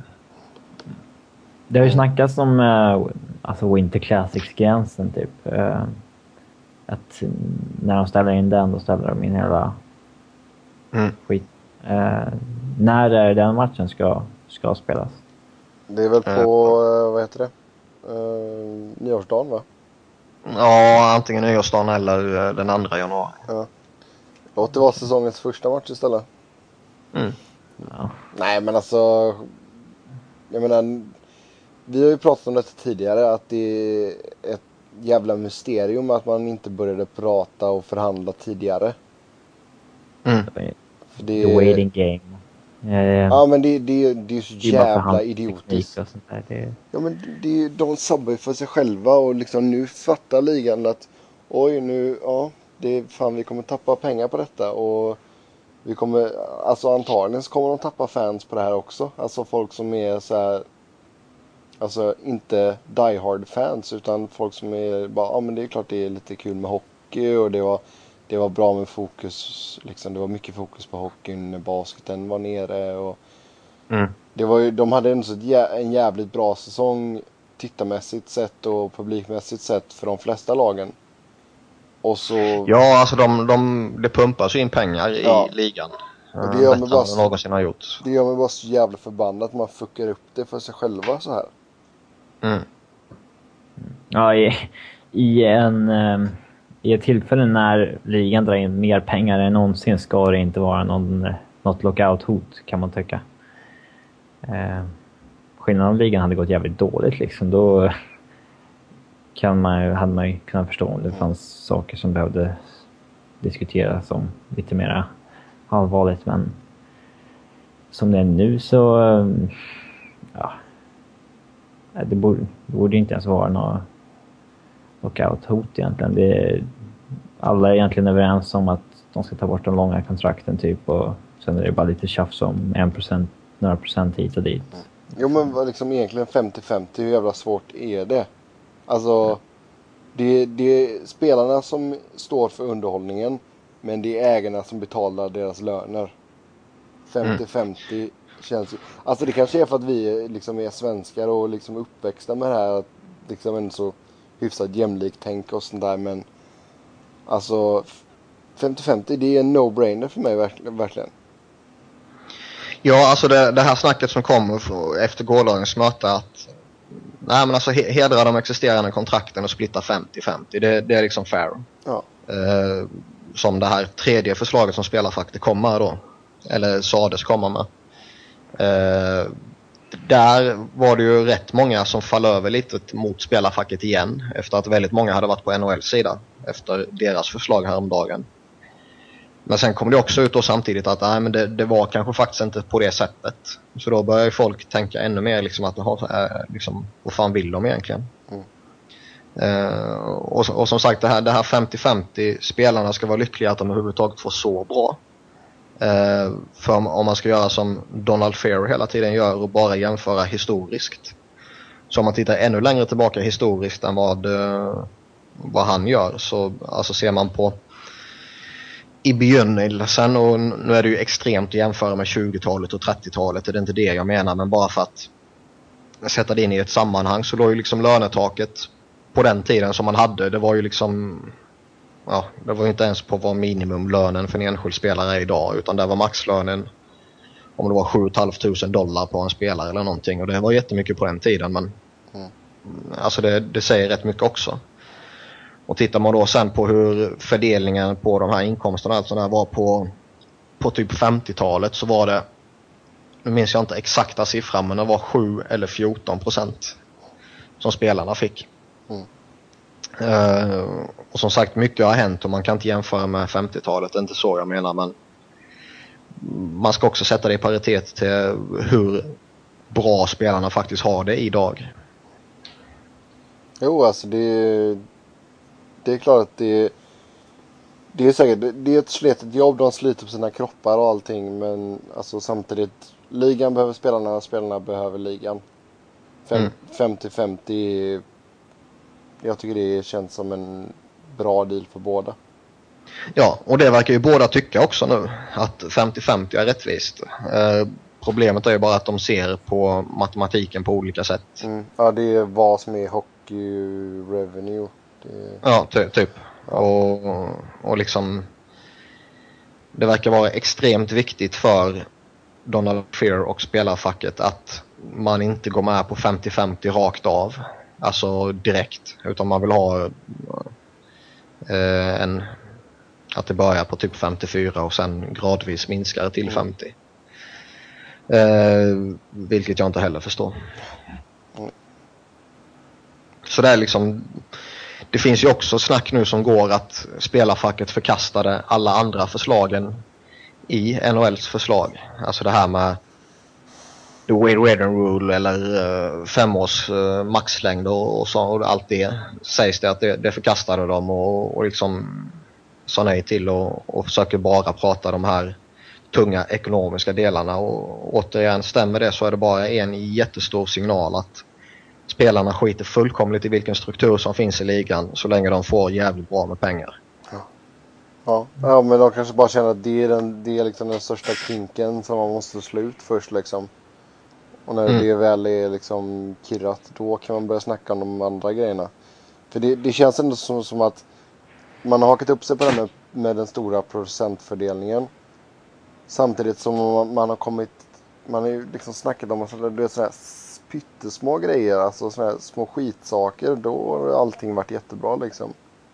Det har ju snackats om uh, alltså Winter Classics-gränsen typ. Uh, att när de ställer in den, då ställer de in hela mm. skit. Uh, när är den matchen ska, ska spelas? Det är väl på, uh, vad heter det? Uh, nyårsdagen, va? Ja, antingen nyårsdagen eller den andra januari. Ja. Låt det vara säsongens första match istället. Mm. Ja. Nej, men alltså, jag menar, vi har ju pratat om det tidigare, att det är ett, jävla mysterium att man inte började prata och förhandla tidigare. Mm. För det, The waiting game. Eh, ja, men det, det, det är så det är bara jävla förhandlingsteknik idiotiskt. och sånt där. Det, Ja, men det, de sabbar ju för sig själva och liksom nu fattar ligan att oj, nu, ja, det är fan, vi kommer tappa pengar på detta och vi kommer, alltså antagligen så kommer de tappa fans på det här också. Alltså folk som är så här, alltså inte die hard fans utan folk som är bara, ja men det är klart det är lite kul med hockey och det var, det var bra med fokus, liksom det var mycket fokus på hockeyn när basketen var nere och Mm. det var ju, de hade ändå så ett jä- en jävligt bra säsong tittarmässigt sett och publikmässigt sett för de flesta lagen. Och så... Ja, alltså de, de, det pumpas ju in pengar i Ja. ligan. Och det gör mig Bättre bara än så- vad någonsin har gjort. Det gör mig bara så jävla förbannat att man fuckar upp det för sig själva så här. Mm. ja, i, i, en, eh, I ett tillfälle när ligan drar in mer pengar än någonsin ska det inte vara någon, något lockout-hot, kan man tycka. Eh, skillnaden om ligan hade gått jävligt dåligt liksom, då kan man, hade man ju kunnat förstå om det fanns saker som behövde diskuteras om lite mer allvarligt, men som det är nu så ja, det borde, det borde inte ens vara något lockout-hot egentligen. Det är, alla är egentligen överens om att de ska ta bort de långa kontrakten typ, och sen är det bara lite tjafs om en procent, några procent hit och dit. Jo men vad liksom egentligen femtio femtio, hur jävla svårt är det? Alltså, det, det är spelarna som står för underhållningen, men det är ägarna som betalar deras löner. femtio femtio känns ju... Alltså det kanske är för att vi liksom är svenskar och liksom uppväxta med det här, att liksom en så hyfsat jämlikt tänk och sånt där, men alltså femtio femtio, det är en no-brainer för mig verkligen. verkligen. Ja, alltså det, det här snacket som kommer efter gårdagens möte att nej, men alltså hedra de existerande kontrakten och splitta femtio femtio, det, det är liksom fair. Ja. Eh, som det här tredje förslaget som spelarfacket kommer då, eller sades komma med. Eh, där var det ju rätt många som fall över lite mot spelarfacket igen, efter att väldigt många hade varit på N H L:s sida efter deras förslag häromdagen. Men sen kom det också ut då samtidigt att nej, men det, det var kanske faktiskt inte på det sättet. Så då börjar ju folk tänka ännu mer liksom att äh, liksom, vad fan vill de egentligen? Mm. Uh, och, och som sagt, det här, det här femtio femtio, spelarna ska vara lyckliga att de överhuvudtaget får så bra. Uh, för om, om man ska göra som Donald Fair hela tiden gör och bara jämföra historiskt. Så om man tittar ännu längre tillbaka historiskt än vad, uh, vad han gör, så alltså ser man på i begynnelsen, och nu är det ju extremt att jämföra med tjugotalet och trettiotalet, det är inte det jag menar, men bara för att sätta det in i ett sammanhang, så låg ju liksom lönetaket på den tiden som man hade, det var ju liksom, ja, det var ju inte ens på vad minimumlönen för en enskild spelare är idag, utan det var maxlönen, om det var sju tusen femhundra dollar på en spelare eller någonting, och det var jättemycket på den tiden, men mm. alltså det, det säger rätt mycket också. Och tittar man då sen på hur fördelningen på de här inkomsterna alltså där var på, på typ femtiotalet, så var det, nu minns jag inte exakta siffran, men det var sju eller fjorton procent som spelarna fick. Mm. Uh, och som sagt, mycket har hänt och man kan inte jämföra med femtiotalet, det är inte så jag menar, men man ska också sätta det i paritet till hur bra spelarna faktiskt har det idag. Jo, alltså det är, det är klart att det är, det är säkert, det är ett slitet jobb, de sliter på sina kroppar och allting, men alltså samtidigt, ligan behöver spelarna, spelarna behöver ligan. Fem, mm. femtio femtio, jag tycker det känns som en bra deal för båda. Ja, och det verkar ju båda tycka också nu, att femtio femtio är rättvist. Eh, problemet är ju bara att de ser på matematiken på olika sätt. Mm. Ja, det är vad som är hockey revenue. Det... Ja, ty- typ. Ja. Och, och liksom, det verkar vara extremt viktigt för Donald Fair och spelarfacket att man inte går med på femtio femtio rakt av, alltså direkt, utan man vill ha eh, en, att det börjar på typ femtiofyra och sen gradvis minskar till mm. femtio. Eh, vilket jag inte heller förstår. Mm. Så det är liksom, det finns ju också snack nu som går att spelarfacket förkastade alla andra förslagen i N H L:s förslag. Alltså det här med the Wade Redden rule eller uh, femårs uh, maxlängd och, och, så, och allt det sägs det att det, det förkastade de och, och liksom sa nej till och, och försöker bara prata de här tunga ekonomiska delarna. Och återigen, stämmer det så är det bara en jättestor signal att spelarna skiter fullkomligt i vilken struktur som finns i ligan så länge de får jävligt bra med pengar. Ja, ja men de kanske bara känner att det är den, det är liksom den största kinken som man måste slå ut först liksom. Och när mm. det väl är liksom kirrat, då kan man börja snacka om de andra grejerna. För det, det känns ändå som, som att man har hakat upp sig på det med, med den stora procentfördelningen. Samtidigt som man, man har kommit, man har ju liksom snackat om det är sådana här pyttesmå grejer, alltså sådana här små skitsaker, då har allting varit jättebra liksom.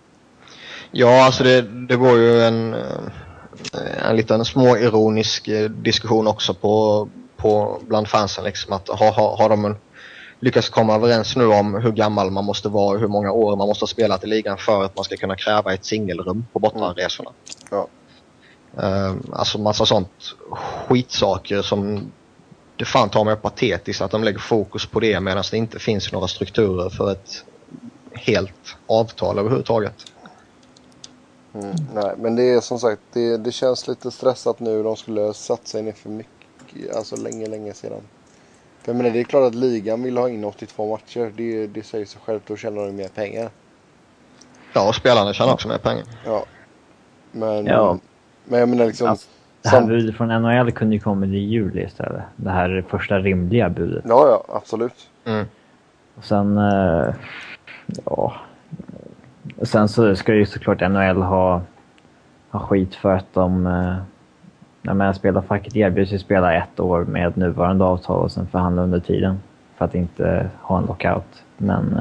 Ja, alltså det, det går ju en, en liten småironisk diskussion också på, på bland fansen liksom, att har, har, har de lyckats komma överens nu om hur gammal man måste vara, hur många år man måste ha spelat i ligan för att man ska kunna kräva ett singelrum på bortaresorna. Ja. Uh, alltså massa sånt skitsaker som det fan tar mig patetiskt att de lägger fokus på det medan det inte finns några strukturer för ett helt avtal överhuvudtaget. Mm, nej, men det är som sagt, det, det känns lite stressat nu. De skulle satsa in för mycket, alltså länge, länge sedan. För jag menar, det är klart att ligan vill ha in åttiotvå matcher. Det, det säger sig självt, då tjänar de mer pengar. Ja, och spelarna tjänar också mer pengar. Ja. Men, ja. men jag menar liksom... Alltså, det här budet från N H L kunde ju komma i juli istället. Det här första rimliga budet. Ja, ja, absolut. Mm. Och sen... Uh, ja... Och sen så ska ju såklart N H L ha, ha skit för att de... Uh, när man spelar facket erbjuds ju spela ett år med nuvarande avtal och sen förhandla under tiden. För att inte ha en lockout. Men...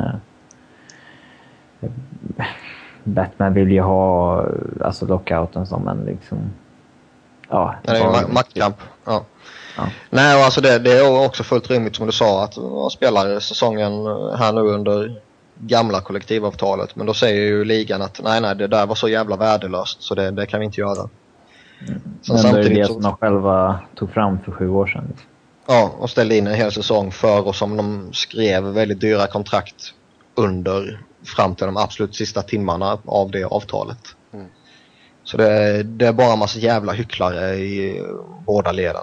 Uh, Batman vill ju ha alltså lockouten som en liksom... Ja, det är ju ma- maktkamp. Ja. Ja. Nej, alltså det, det är också fullt rimligt som du sa att man spelar säsongen här nu under gamla kollektivavtalet. Men då säger ju ligan att nej, nej, det där var så jävla värdelöst så det, det kan vi inte göra. Mm. Men det är det som de själva tog fram för sju år sedan. Liksom. Ja, och ställde in en hel säsong för och som de skrev väldigt dyra kontrakt under fram till de absolut sista timmarna av det avtalet. Mm. Så det, det är bara en massa jävla hycklare i båda leden.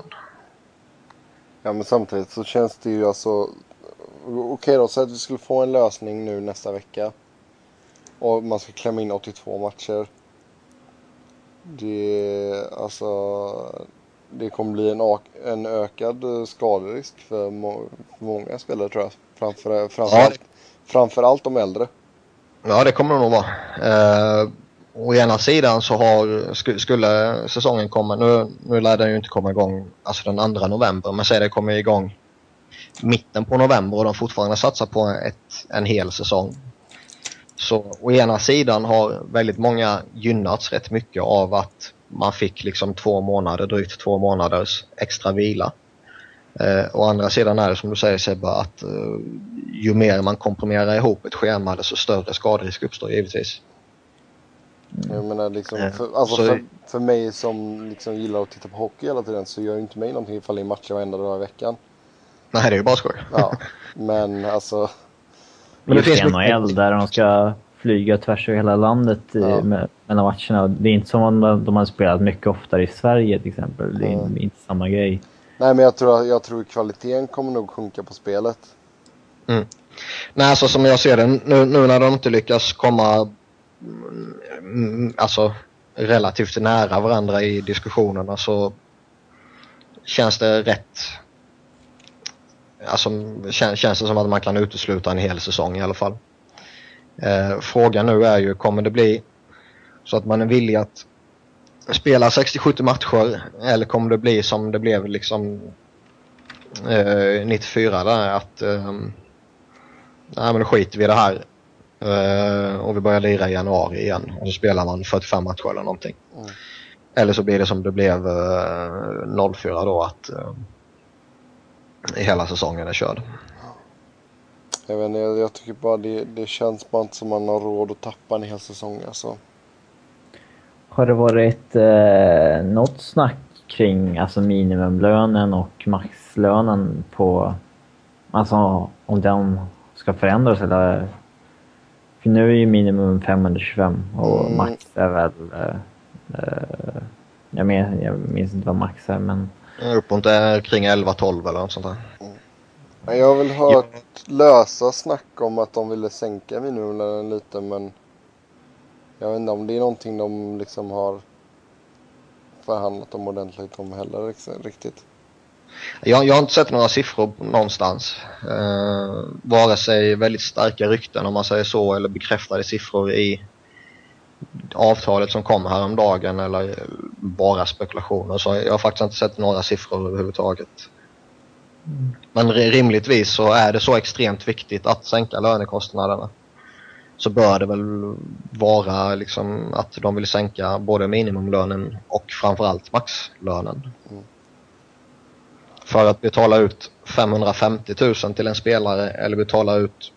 Ja, men samtidigt så känns det ju alltså... Okej okay då, så att vi skulle få en lösning nu nästa vecka. Och man ska klämma in åttiotvå matcher. Det, alltså... Det kommer bli en, en ökad skaderisk för må, många spelare tror jag. Framför, framför, ja. allt, framför allt de äldre. Ja, det kommer det nog vara. Eh, å ena sidan så har, sk- skulle säsongen komma, nu, nu lär den ju inte komma igång alltså den andra november, men säg det kommer igång mitten på november och de fortfarande satsar på ett, en hel säsong. Så å ena sidan har väldigt många gynnats rätt mycket av att man fick liksom två månader, drygt två månaders extra vila. Eh, å andra sidan är det som du säger Sebbe att eh, ju mer man komprimerar ihop ett schema desto större skaderisk uppstår givetvis. Jag menar liksom, för, alltså för, för mig som liksom gillar att titta på hockey hela tiden så gör ju inte mig någonting ifall det är matcher varenda dag i veckan. Nej, det är ju bara skoj. Ja, men alltså... Men det finns N H L där de ska flyga tvärs över hela landet i, ja. med, mellan matcherna. Det är inte som om de, de har spelat mycket oftare i Sverige till exempel. Det är mm. inte samma grej. Nej, men jag tror, jag tror kvaliteten kommer nog sjunka på spelet. Mm. Nej, alltså som jag ser det, nu, nu när de inte lyckas komma mm, alltså relativt nära varandra i diskussionerna så känns det rätt. Alltså kän, känns det som att man kan utesluta en hel säsong i alla fall. Eh, frågan nu är ju, kommer det bli så att man är villig att spela sextio sjuttio matcher eller kommer det bli som det blev liksom eh, nittiofyra där att eh, nej men skit vi i det här eh, och vi börjar lira i januari igen och så spelar man fyrtiofem matcher eller någonting. Mm. Eller så blir det som det blev eh, noll fyra då att eh, hela säsongen är körd. Jag vet inte, jag, jag tycker bara det, det känns bara inte som man har råd att tappa en hel säsong alltså. Har det varit eh, något snack kring alltså minimumlönen och maxlönen på, alltså om de ska förändras eller? För nu är ju minimum femhundratjugofem och Mm. max är väl eh, eh, jag, men, jag minns inte vad max är, men Uppåt är kring elva tolv eller något sånt där. Men jag har väl hört lösa snack om att de ville sänka minimumlönen lite, men jag vet inte om det är någonting de liksom har förhandlat om ordentligt om heller riktigt. Jag, jag har inte sett några siffror någonstans. Eh, vare sig väldigt starka rykten om man säger så eller bekräftade siffror i avtalet som kom häromdagen eller bara spekulationer. Så jag har faktiskt inte sett några siffror överhuvudtaget. Mm. Men rimligtvis så är det så extremt viktigt att sänka lönekostnaderna. Så bör det väl vara liksom att de vill sänka både minimumlönen och framförallt maxlönen. Mm. För att betala ut femhundrafemtio tusen till en spelare eller betala ut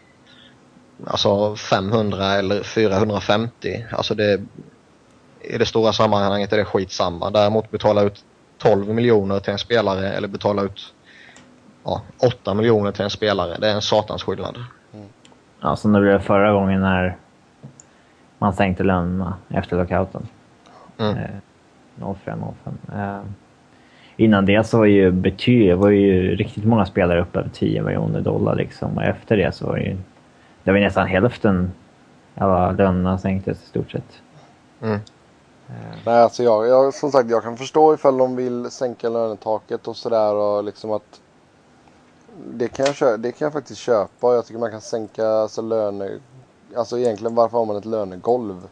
alltså femhundra eller fyrahundrafemtio. Alltså det, i det stora sammanhanget är det skitsamma. Däremot betala ut tolv miljoner till en spelare eller betala ut ja, åtta miljoner till en spelare. Det är en satans skillnad. Mm. Ja, som det blev förra gången när man sänkte lönerna efter lockouten. Mm. Eh, noll fyra noll fem. Eh, innan det så var ju betyg, var ju riktigt många spelare upp över tio miljoner dollar liksom. Och efter det så var det ju, det var ju nästan hälften av lönerna sänktes i stort sett. Mm. Eh. Nej, alltså jag, jag, som sagt, jag kan förstå ifall de vill sänka lönetaket och sådär och liksom att det kan jag köpa, det kan jag faktiskt köpa. Jag tycker man kan sänka alltså löne, alltså egentligen varför har man ett lönegolv?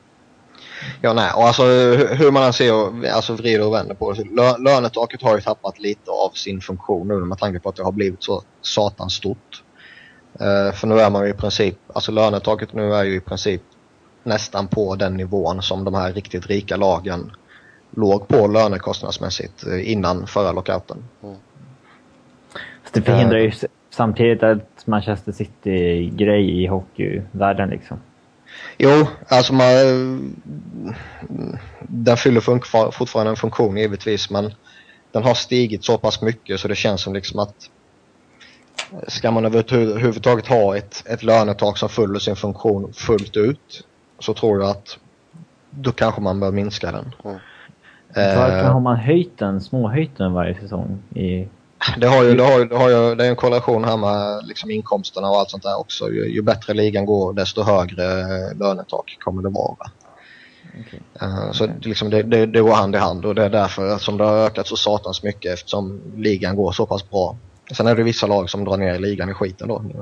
Ja, nej, och alltså hur man ser och alltså vrider och vänder på det. Lönetaket har ju tappat lite av sin funktion nu med tanke på att det har blivit så satans stort. Uh, för nu är man ju i princip, alltså lönetaket nu är ju i princip nästan på den nivån som de här riktigt rika lagen låg på lönekostnadsmässigt innan förra lockouten. Mm. Det förhindrar ju samtidigt att Manchester City-grej i hockeyvärlden liksom. Jo, alltså man, den fyller fun- fortfarande en funktion givetvis, men den har stigit så pass mycket så det känns som liksom att ska man överhuvudtaget ha ett, ett lönetak som fyller sin funktion fullt ut så tror jag att då kanske man bör minska den. Mm. Varför har man höjt den, småhöjt den varje säsong i... Det har ju, det har ju, det har ju, det är en korrelation här med liksom inkomsterna och allt sånt där också. Ju, ju bättre ligan går, desto högre lönetak kommer det vara. Okay. Uh, så liksom det, det, det går hand i hand och det är därför som det har ökat så satans mycket eftersom ligan går så pass bra. Sen är det vissa lag som drar ner ligan i skiten då. Mm.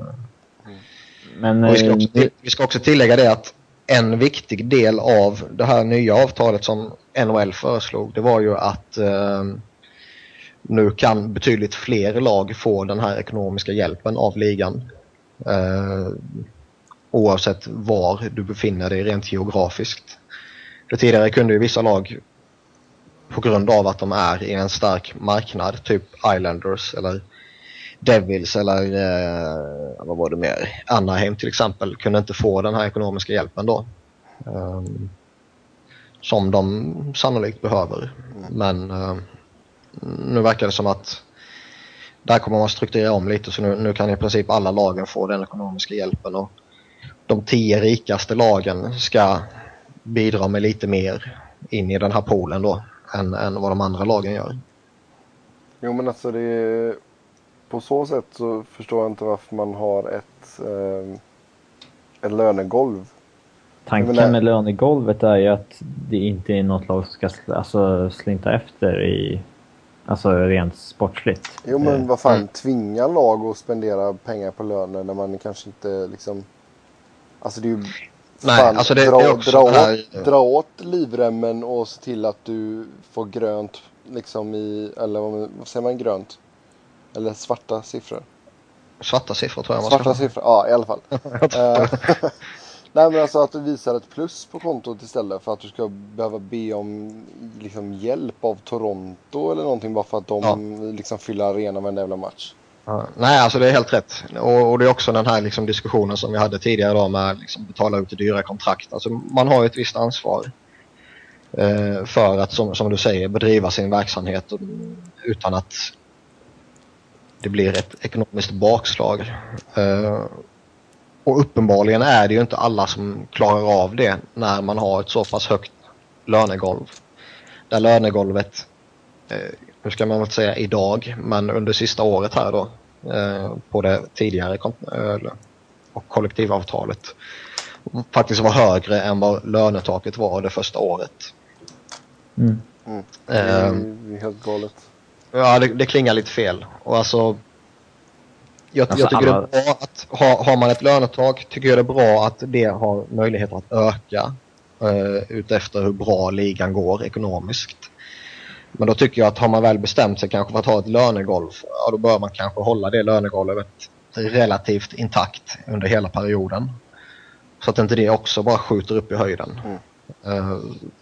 Men, vi, ska också, vi ska också tillägga det att en viktig del av det här nya avtalet som N H L föreslog, det var ju att uh, nu kan betydligt fler lag få den här ekonomiska hjälpen av ligan. Eh, oavsett var du befinner dig rent geografiskt. För tidigare kunde ju vissa lag på grund av att de är i en stark marknad, typ Islanders eller Devils eller eh, vad var det mer? Anaheim till exempel, kunde inte få den här ekonomiska hjälpen då. Eh, som de sannolikt behöver. Men eh, nu verkar det som att där kommer man strukturera om lite så nu, nu kan i princip alla lagen få den ekonomiska hjälpen och de tio rikaste lagen ska bidra med lite mer in i den här poolen då än, än vad de andra lagen gör. Jo men alltså det är, på så sätt så förstår jag inte varför man har ett, eh, ett lönegolv. Tanken menar, med lönegolvet är ju att det inte är något lag som ska alltså, slinta efter i alltså rent sportsligt. Jo men vad fan, mm. tvinga lag att spendera pengar på löner när man kanske inte liksom, alltså det är ju Nej, fan, alltså det, dra, det är också dra, här... åt, dra åt livremmen och se till att du får grönt liksom i, eller vad, vad säger man, grönt? Eller svarta siffror? Svarta siffror tror jag man svarta ska siffror, ja i alla fall. Nej men alltså att du visar ett plus på kontot istället för att du ska behöva be om liksom hjälp av Toronto eller någonting bara för att de ja. liksom fyller arenan med en jävla match. Ja, nej, alltså det är helt rätt. Och, och det är också den här liksom diskussionen som vi hade tidigare då med liksom betala ut dyra kontrakt. Alltså man har ju ett visst ansvar eh, för att, som, som du säger, bedriva sin verksamhet utan att det blir ett ekonomiskt bakslag. Eh, och uppenbarligen är det ju inte alla som klarar av det när man har ett så pass högt lönegolv. Där lönegolvet, eh, hur ska man väl säga idag, men under sista året här då, eh, på det tidigare kon- och kollektivavtalet faktiskt var högre än vad lönetaket var det första året. Mm. Mm. Det är ju helt galet. Ja, det, det klingar lite fel. Och alltså, jag, Alltså jag tycker alla... det är bra att ha, har man ett lönetak, tycker jag det är bra att det har möjlighet att öka eh, utefter hur bra ligan går ekonomiskt. Men då tycker jag att har man väl bestämt sig kanske för att ha ett lönegolv, ja, då bör man kanske hålla det lönegolvet relativt intakt under hela perioden. Så att inte det också bara skjuter upp i höjden. Mm. Uh,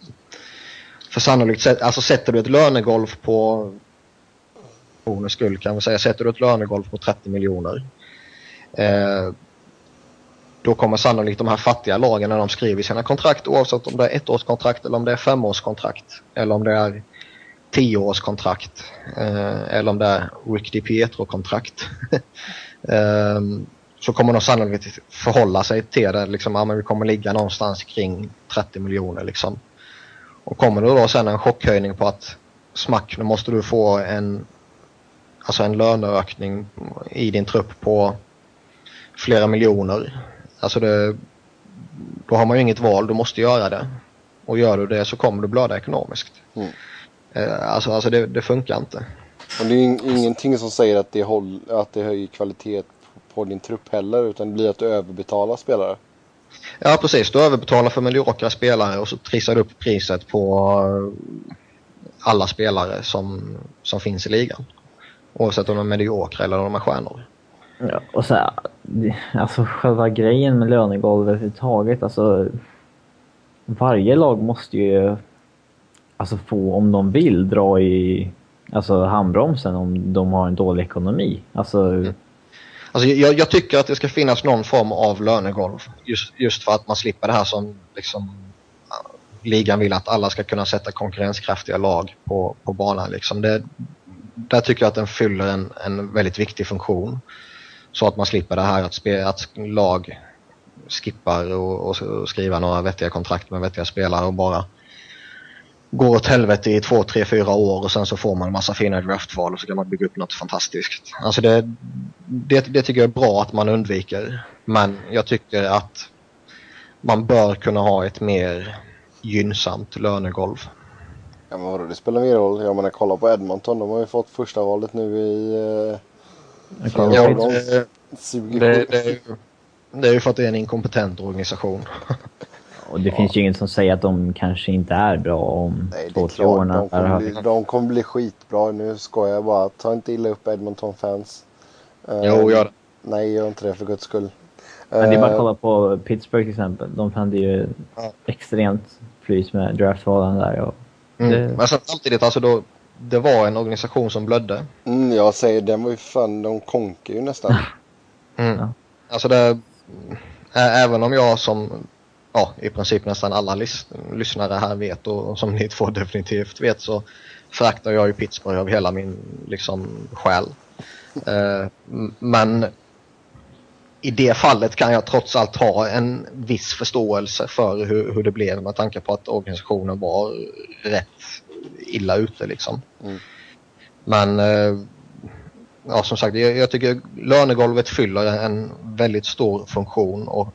för sannolikt, alltså sätter du ett lönegolv på kronors skull kan vi säga, sätter du ett lönegolv på trettio miljoner, uh, då kommer sannolikt de här fattiga lagen när de skriver sina kontrakt, oavsett om det är ett års kontrakt eller om det är fem års kontrakt eller om det är tio års kontrakt uh, eller om det är Rick DiPietro-kontrakt. uh, så kommer de sannolikt förhålla sig till det. Liksom, ja, men vi kommer ligga någonstans kring trettio miljoner. Liksom. Och kommer det då sen en chockhöjning på att smack, nu måste du få en, alltså en löneökning i din trupp på flera miljoner. Alltså det, då har man ju inget val, du måste göra det. Och gör du det så kommer du blöda ekonomiskt. Mm. Alltså, alltså det, det funkar inte. Och det är ju ingenting som säger att det, håll, att det höjer kvalitet på din trupp heller, utan det blir att du överbetalar spelare. Ja, precis. Du överbetalar för mediokra spelare och så trissar du upp priset på alla spelare som, som finns i ligan. Oavsett om de är mediokra eller om de är stjärnor. Ja, och så här, alltså själva grejen med lönegolvet överhuvudtaget, alltså varje lag måste ju alltså få, om de vill, dra i alltså handbromsen om de har en dålig ekonomi. Alltså mm. Alltså jag, jag tycker att det ska finnas någon form av lönegolv. Just, just för att man slipper det här som liksom, ligan vill att alla ska kunna sätta konkurrenskraftiga lag på, på banan. Liksom. Det, där tycker jag att den fyller en, en väldigt viktig funktion. Så att man slipper det här att, spe, att lag skippar och, och, och skriva några vettiga kontrakt med vettiga spelare och bara går åt helvete i två, tre, fyra år och sen så får man en massa fina draftval och så kan man bygga upp något fantastiskt. Alltså det, det, det tycker jag är bra att man undviker. Men jag tycker att man bör kunna ha ett mer gynnsamt lönegolv. Ja, men vadå, det spelar mer roll. Jag menar, kolla på Edmonton. De har ju fått första valet nu i eh, okay, ja, de det, det, det, det är ju för att det är en inkompetent organisation. Och det finns ju inget som säger att de kanske inte är bra om Nej, två, tre år. De kommer, bli, de kommer bli skitbra. Nu ska jag bara. Ta inte illa upp Edmonton-fans. Uh, jo, gör det. Nej, gör inte det för guds skull. Men det är bara att kolla på Pittsburgh till exempel. De hade ju ja. extremt flys med draftvalen där. Och mm. det... Men samtidigt, alltså då, det var en organisation som blödde. Mm, jag säger, den var ju fan, de konkar ju nästan. Mm. Ja. Alltså det, även om jag som ja, i princip nästan alla lys- lyssnare här vet och som ni två definitivt vet, så föraktar jag ju Pittsburgh av hela min liksom själ. Uh, men i det fallet kan jag trots allt ha en viss förståelse för hur, hur det blev med tanke på att organisationen var rätt illa ute liksom. Mm. Men uh, ja, som sagt, jag, jag tycker lönegolvet fyller en väldigt stor funktion och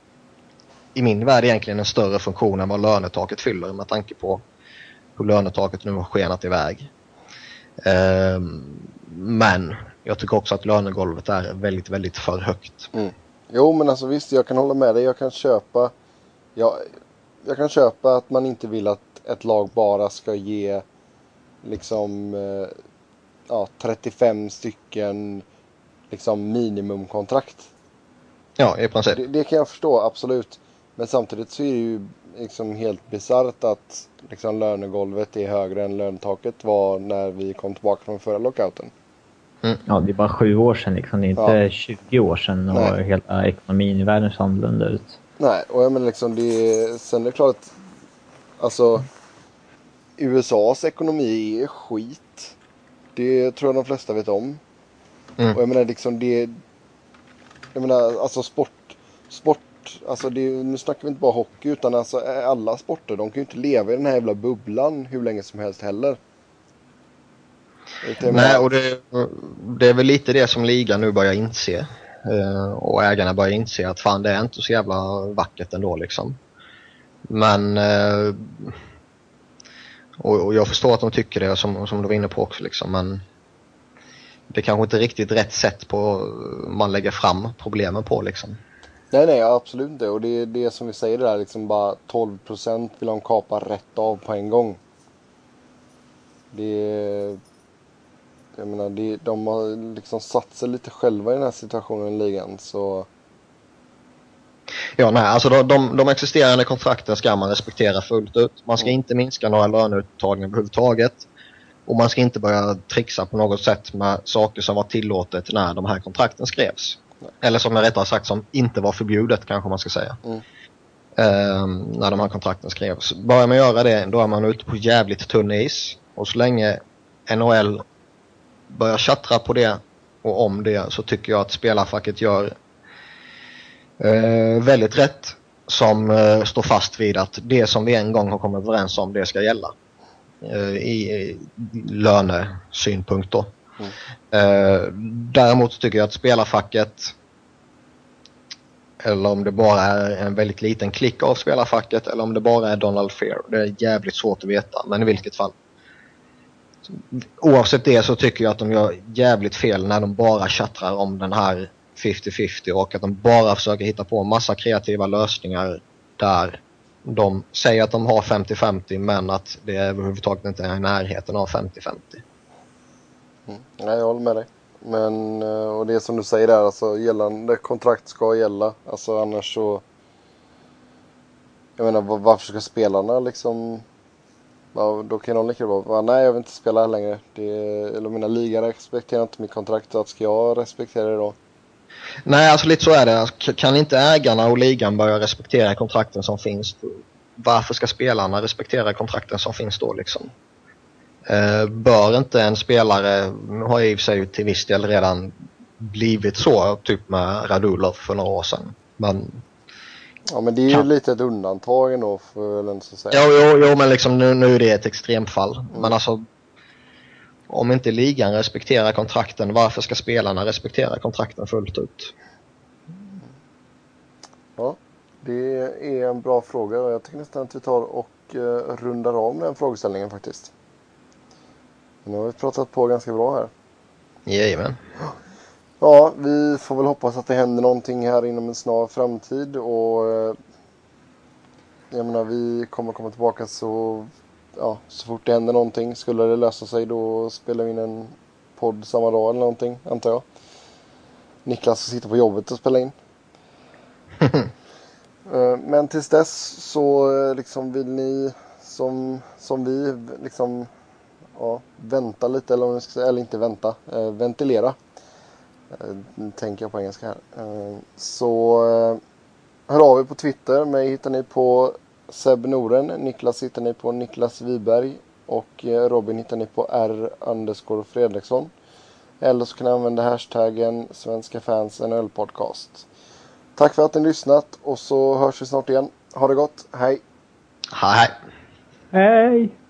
i min värld egentligen en större funktion än vad lönetaket fyller med tanke på hur lönetaket nu har skenat iväg. Um, men jag tycker också att lönegolvet är väldigt, väldigt för högt. Mm. Jo, men alltså visst, jag kan hålla med dig. Jag kan köpa jag, jag kan köpa att man inte vill att ett lag bara ska ge liksom eh, ja, trettiofem stycken liksom minimumkontrakt. Ja, i princip. Det, det kan jag förstå, absolut. Men samtidigt så är det ju liksom helt bizarrt att liksom lönegolvet är högre än lönetaket var när vi kom tillbaka från förra lockouten. Mm. Ja, det är bara sju år sedan liksom. Det är inte Ja. tjugo år sedan och Nej. hela ekonomin i världen ser annorlunda ut. Nej, och jag menar liksom det är, sen är det klart att alltså U S A:s ekonomi är skit. Det tror jag de flesta vet om. Mm. Och jag menar liksom det, jag menar alltså sport, sport, alltså det, nu snackar vi inte bara hockey utan alltså alla sporter, de kan ju inte leva i den här jävla bubblan hur länge som helst heller. Utan jag Nej, menar- och det, det är väl lite det som ligan nu börjar inse. Eh, och ägarna börjar inse att fan, det är inte så jävla vackert ändå liksom. Men eh, och, och jag förstår att de tycker det, som, som du var inne på också liksom, men det är kanske inte riktigt rätt sätt på man lägger fram problemen på liksom. Nej, nej, absolut inte. Och det är det som vi säger där, liksom bara tolv procent vill de kapa rätt av på en gång. Det är, jag menar, det, de har liksom satt sig lite själva i den här situationen i ligan, så Ja, nej, alltså de, de, de existerande kontrakten ska man respektera fullt ut. Man ska Mm. inte minska några löneuttagningar överhuvudtaget. Och man ska inte börja trixa på något sätt med saker som var tillåtet när de här kontrakten skrevs. Nej. Eller som jag rättare sagt, som inte var förbjudet kanske man ska säga. Mm. Ehm, när de här kontrakten skrevs. Börjar man göra det, då är man ute på jävligt tunn is. Och så länge N H L börjar tjattra på det och om det, så tycker jag att spelarfacket gör eh, väldigt rätt. Som eh, står fast vid att det som vi en gång har kommit överens om, det ska gälla. Eh, I, i lönesynpunkt då. Mm. Eh, däremot tycker jag att spelarfacket, eller om det bara är en väldigt liten klick av spelarfacket, eller om det bara är Donald Fair, det är jävligt svårt att veta, men i vilket fall, oavsett det, så tycker jag att de gör jävligt fel när de bara chattrar om den här femtio femtio och att de bara försöker hitta på en massa kreativa lösningar där de säger att de har femtio femtio men att det överhuvudtaget inte är i närheten av femtio femtio. Mm. Nej, jag håller med dig. Men, eh, och det som du säger där, alltså gällande kontrakt ska gälla. Alltså annars så, jag menar, var- varför ska spelarna liksom, ja, då kan de lika bra bara, nej jag vill inte spela här längre. Det, eller mina liga respekterar inte mitt kontrakt, så att ska jag respektera det då? Nej, alltså lite så är det. K- Kan inte ägarna och ligan börja respektera kontrakten som finns, varför ska spelarna respektera kontrakten som finns då liksom? Eh, bör inte en spelare, nu har jag i och för sig till viss del redan blivit så, typ med Radulov för några år sedan. Men Ja, men det är ju Kan- lite ett undantag ändå, för väl inte så säga. jo, jo, jo men liksom nu, nu är det ett extremfall. Men alltså, om inte ligan respekterar kontrakten, varför ska spelarna respektera kontrakten fullt ut? Ja, det är en bra fråga och jag tycker nästan att vi tar och uh, rundar av med den frågeställningen faktiskt. Nu har vi pratat på ganska bra här. Jajamän. Ja, vi får väl hoppas att det händer någonting här inom en snar framtid och eh, jag menar, vi kommer komma tillbaka så, ja, så fort det händer någonting. Skulle det lösa sig, då spelar vi in en podd samma dag eller någonting, antar jag. Niklas sitter på jobbet och spelar in. Eh, Men tills dess så eh, liksom vill ni som, som vi liksom, ja, vänta lite, eller om jag ska säga, eller inte vänta, eh, ventilera. Eh, tänker jag på engelska här. Eh, så eh, hör av er på Twitter. Mig hittar ni på Seb Noren. Niklas hittar ni på Niklas Wiberg. Och eh, Robin hittar ni på R underscore Fredriksson. Eller så kan ni använda hashtaggen Svenska fans N H L-podcast. Tack för att ni lyssnat och så hörs vi snart igen. Ha det gott. Hej! Hej. Hej!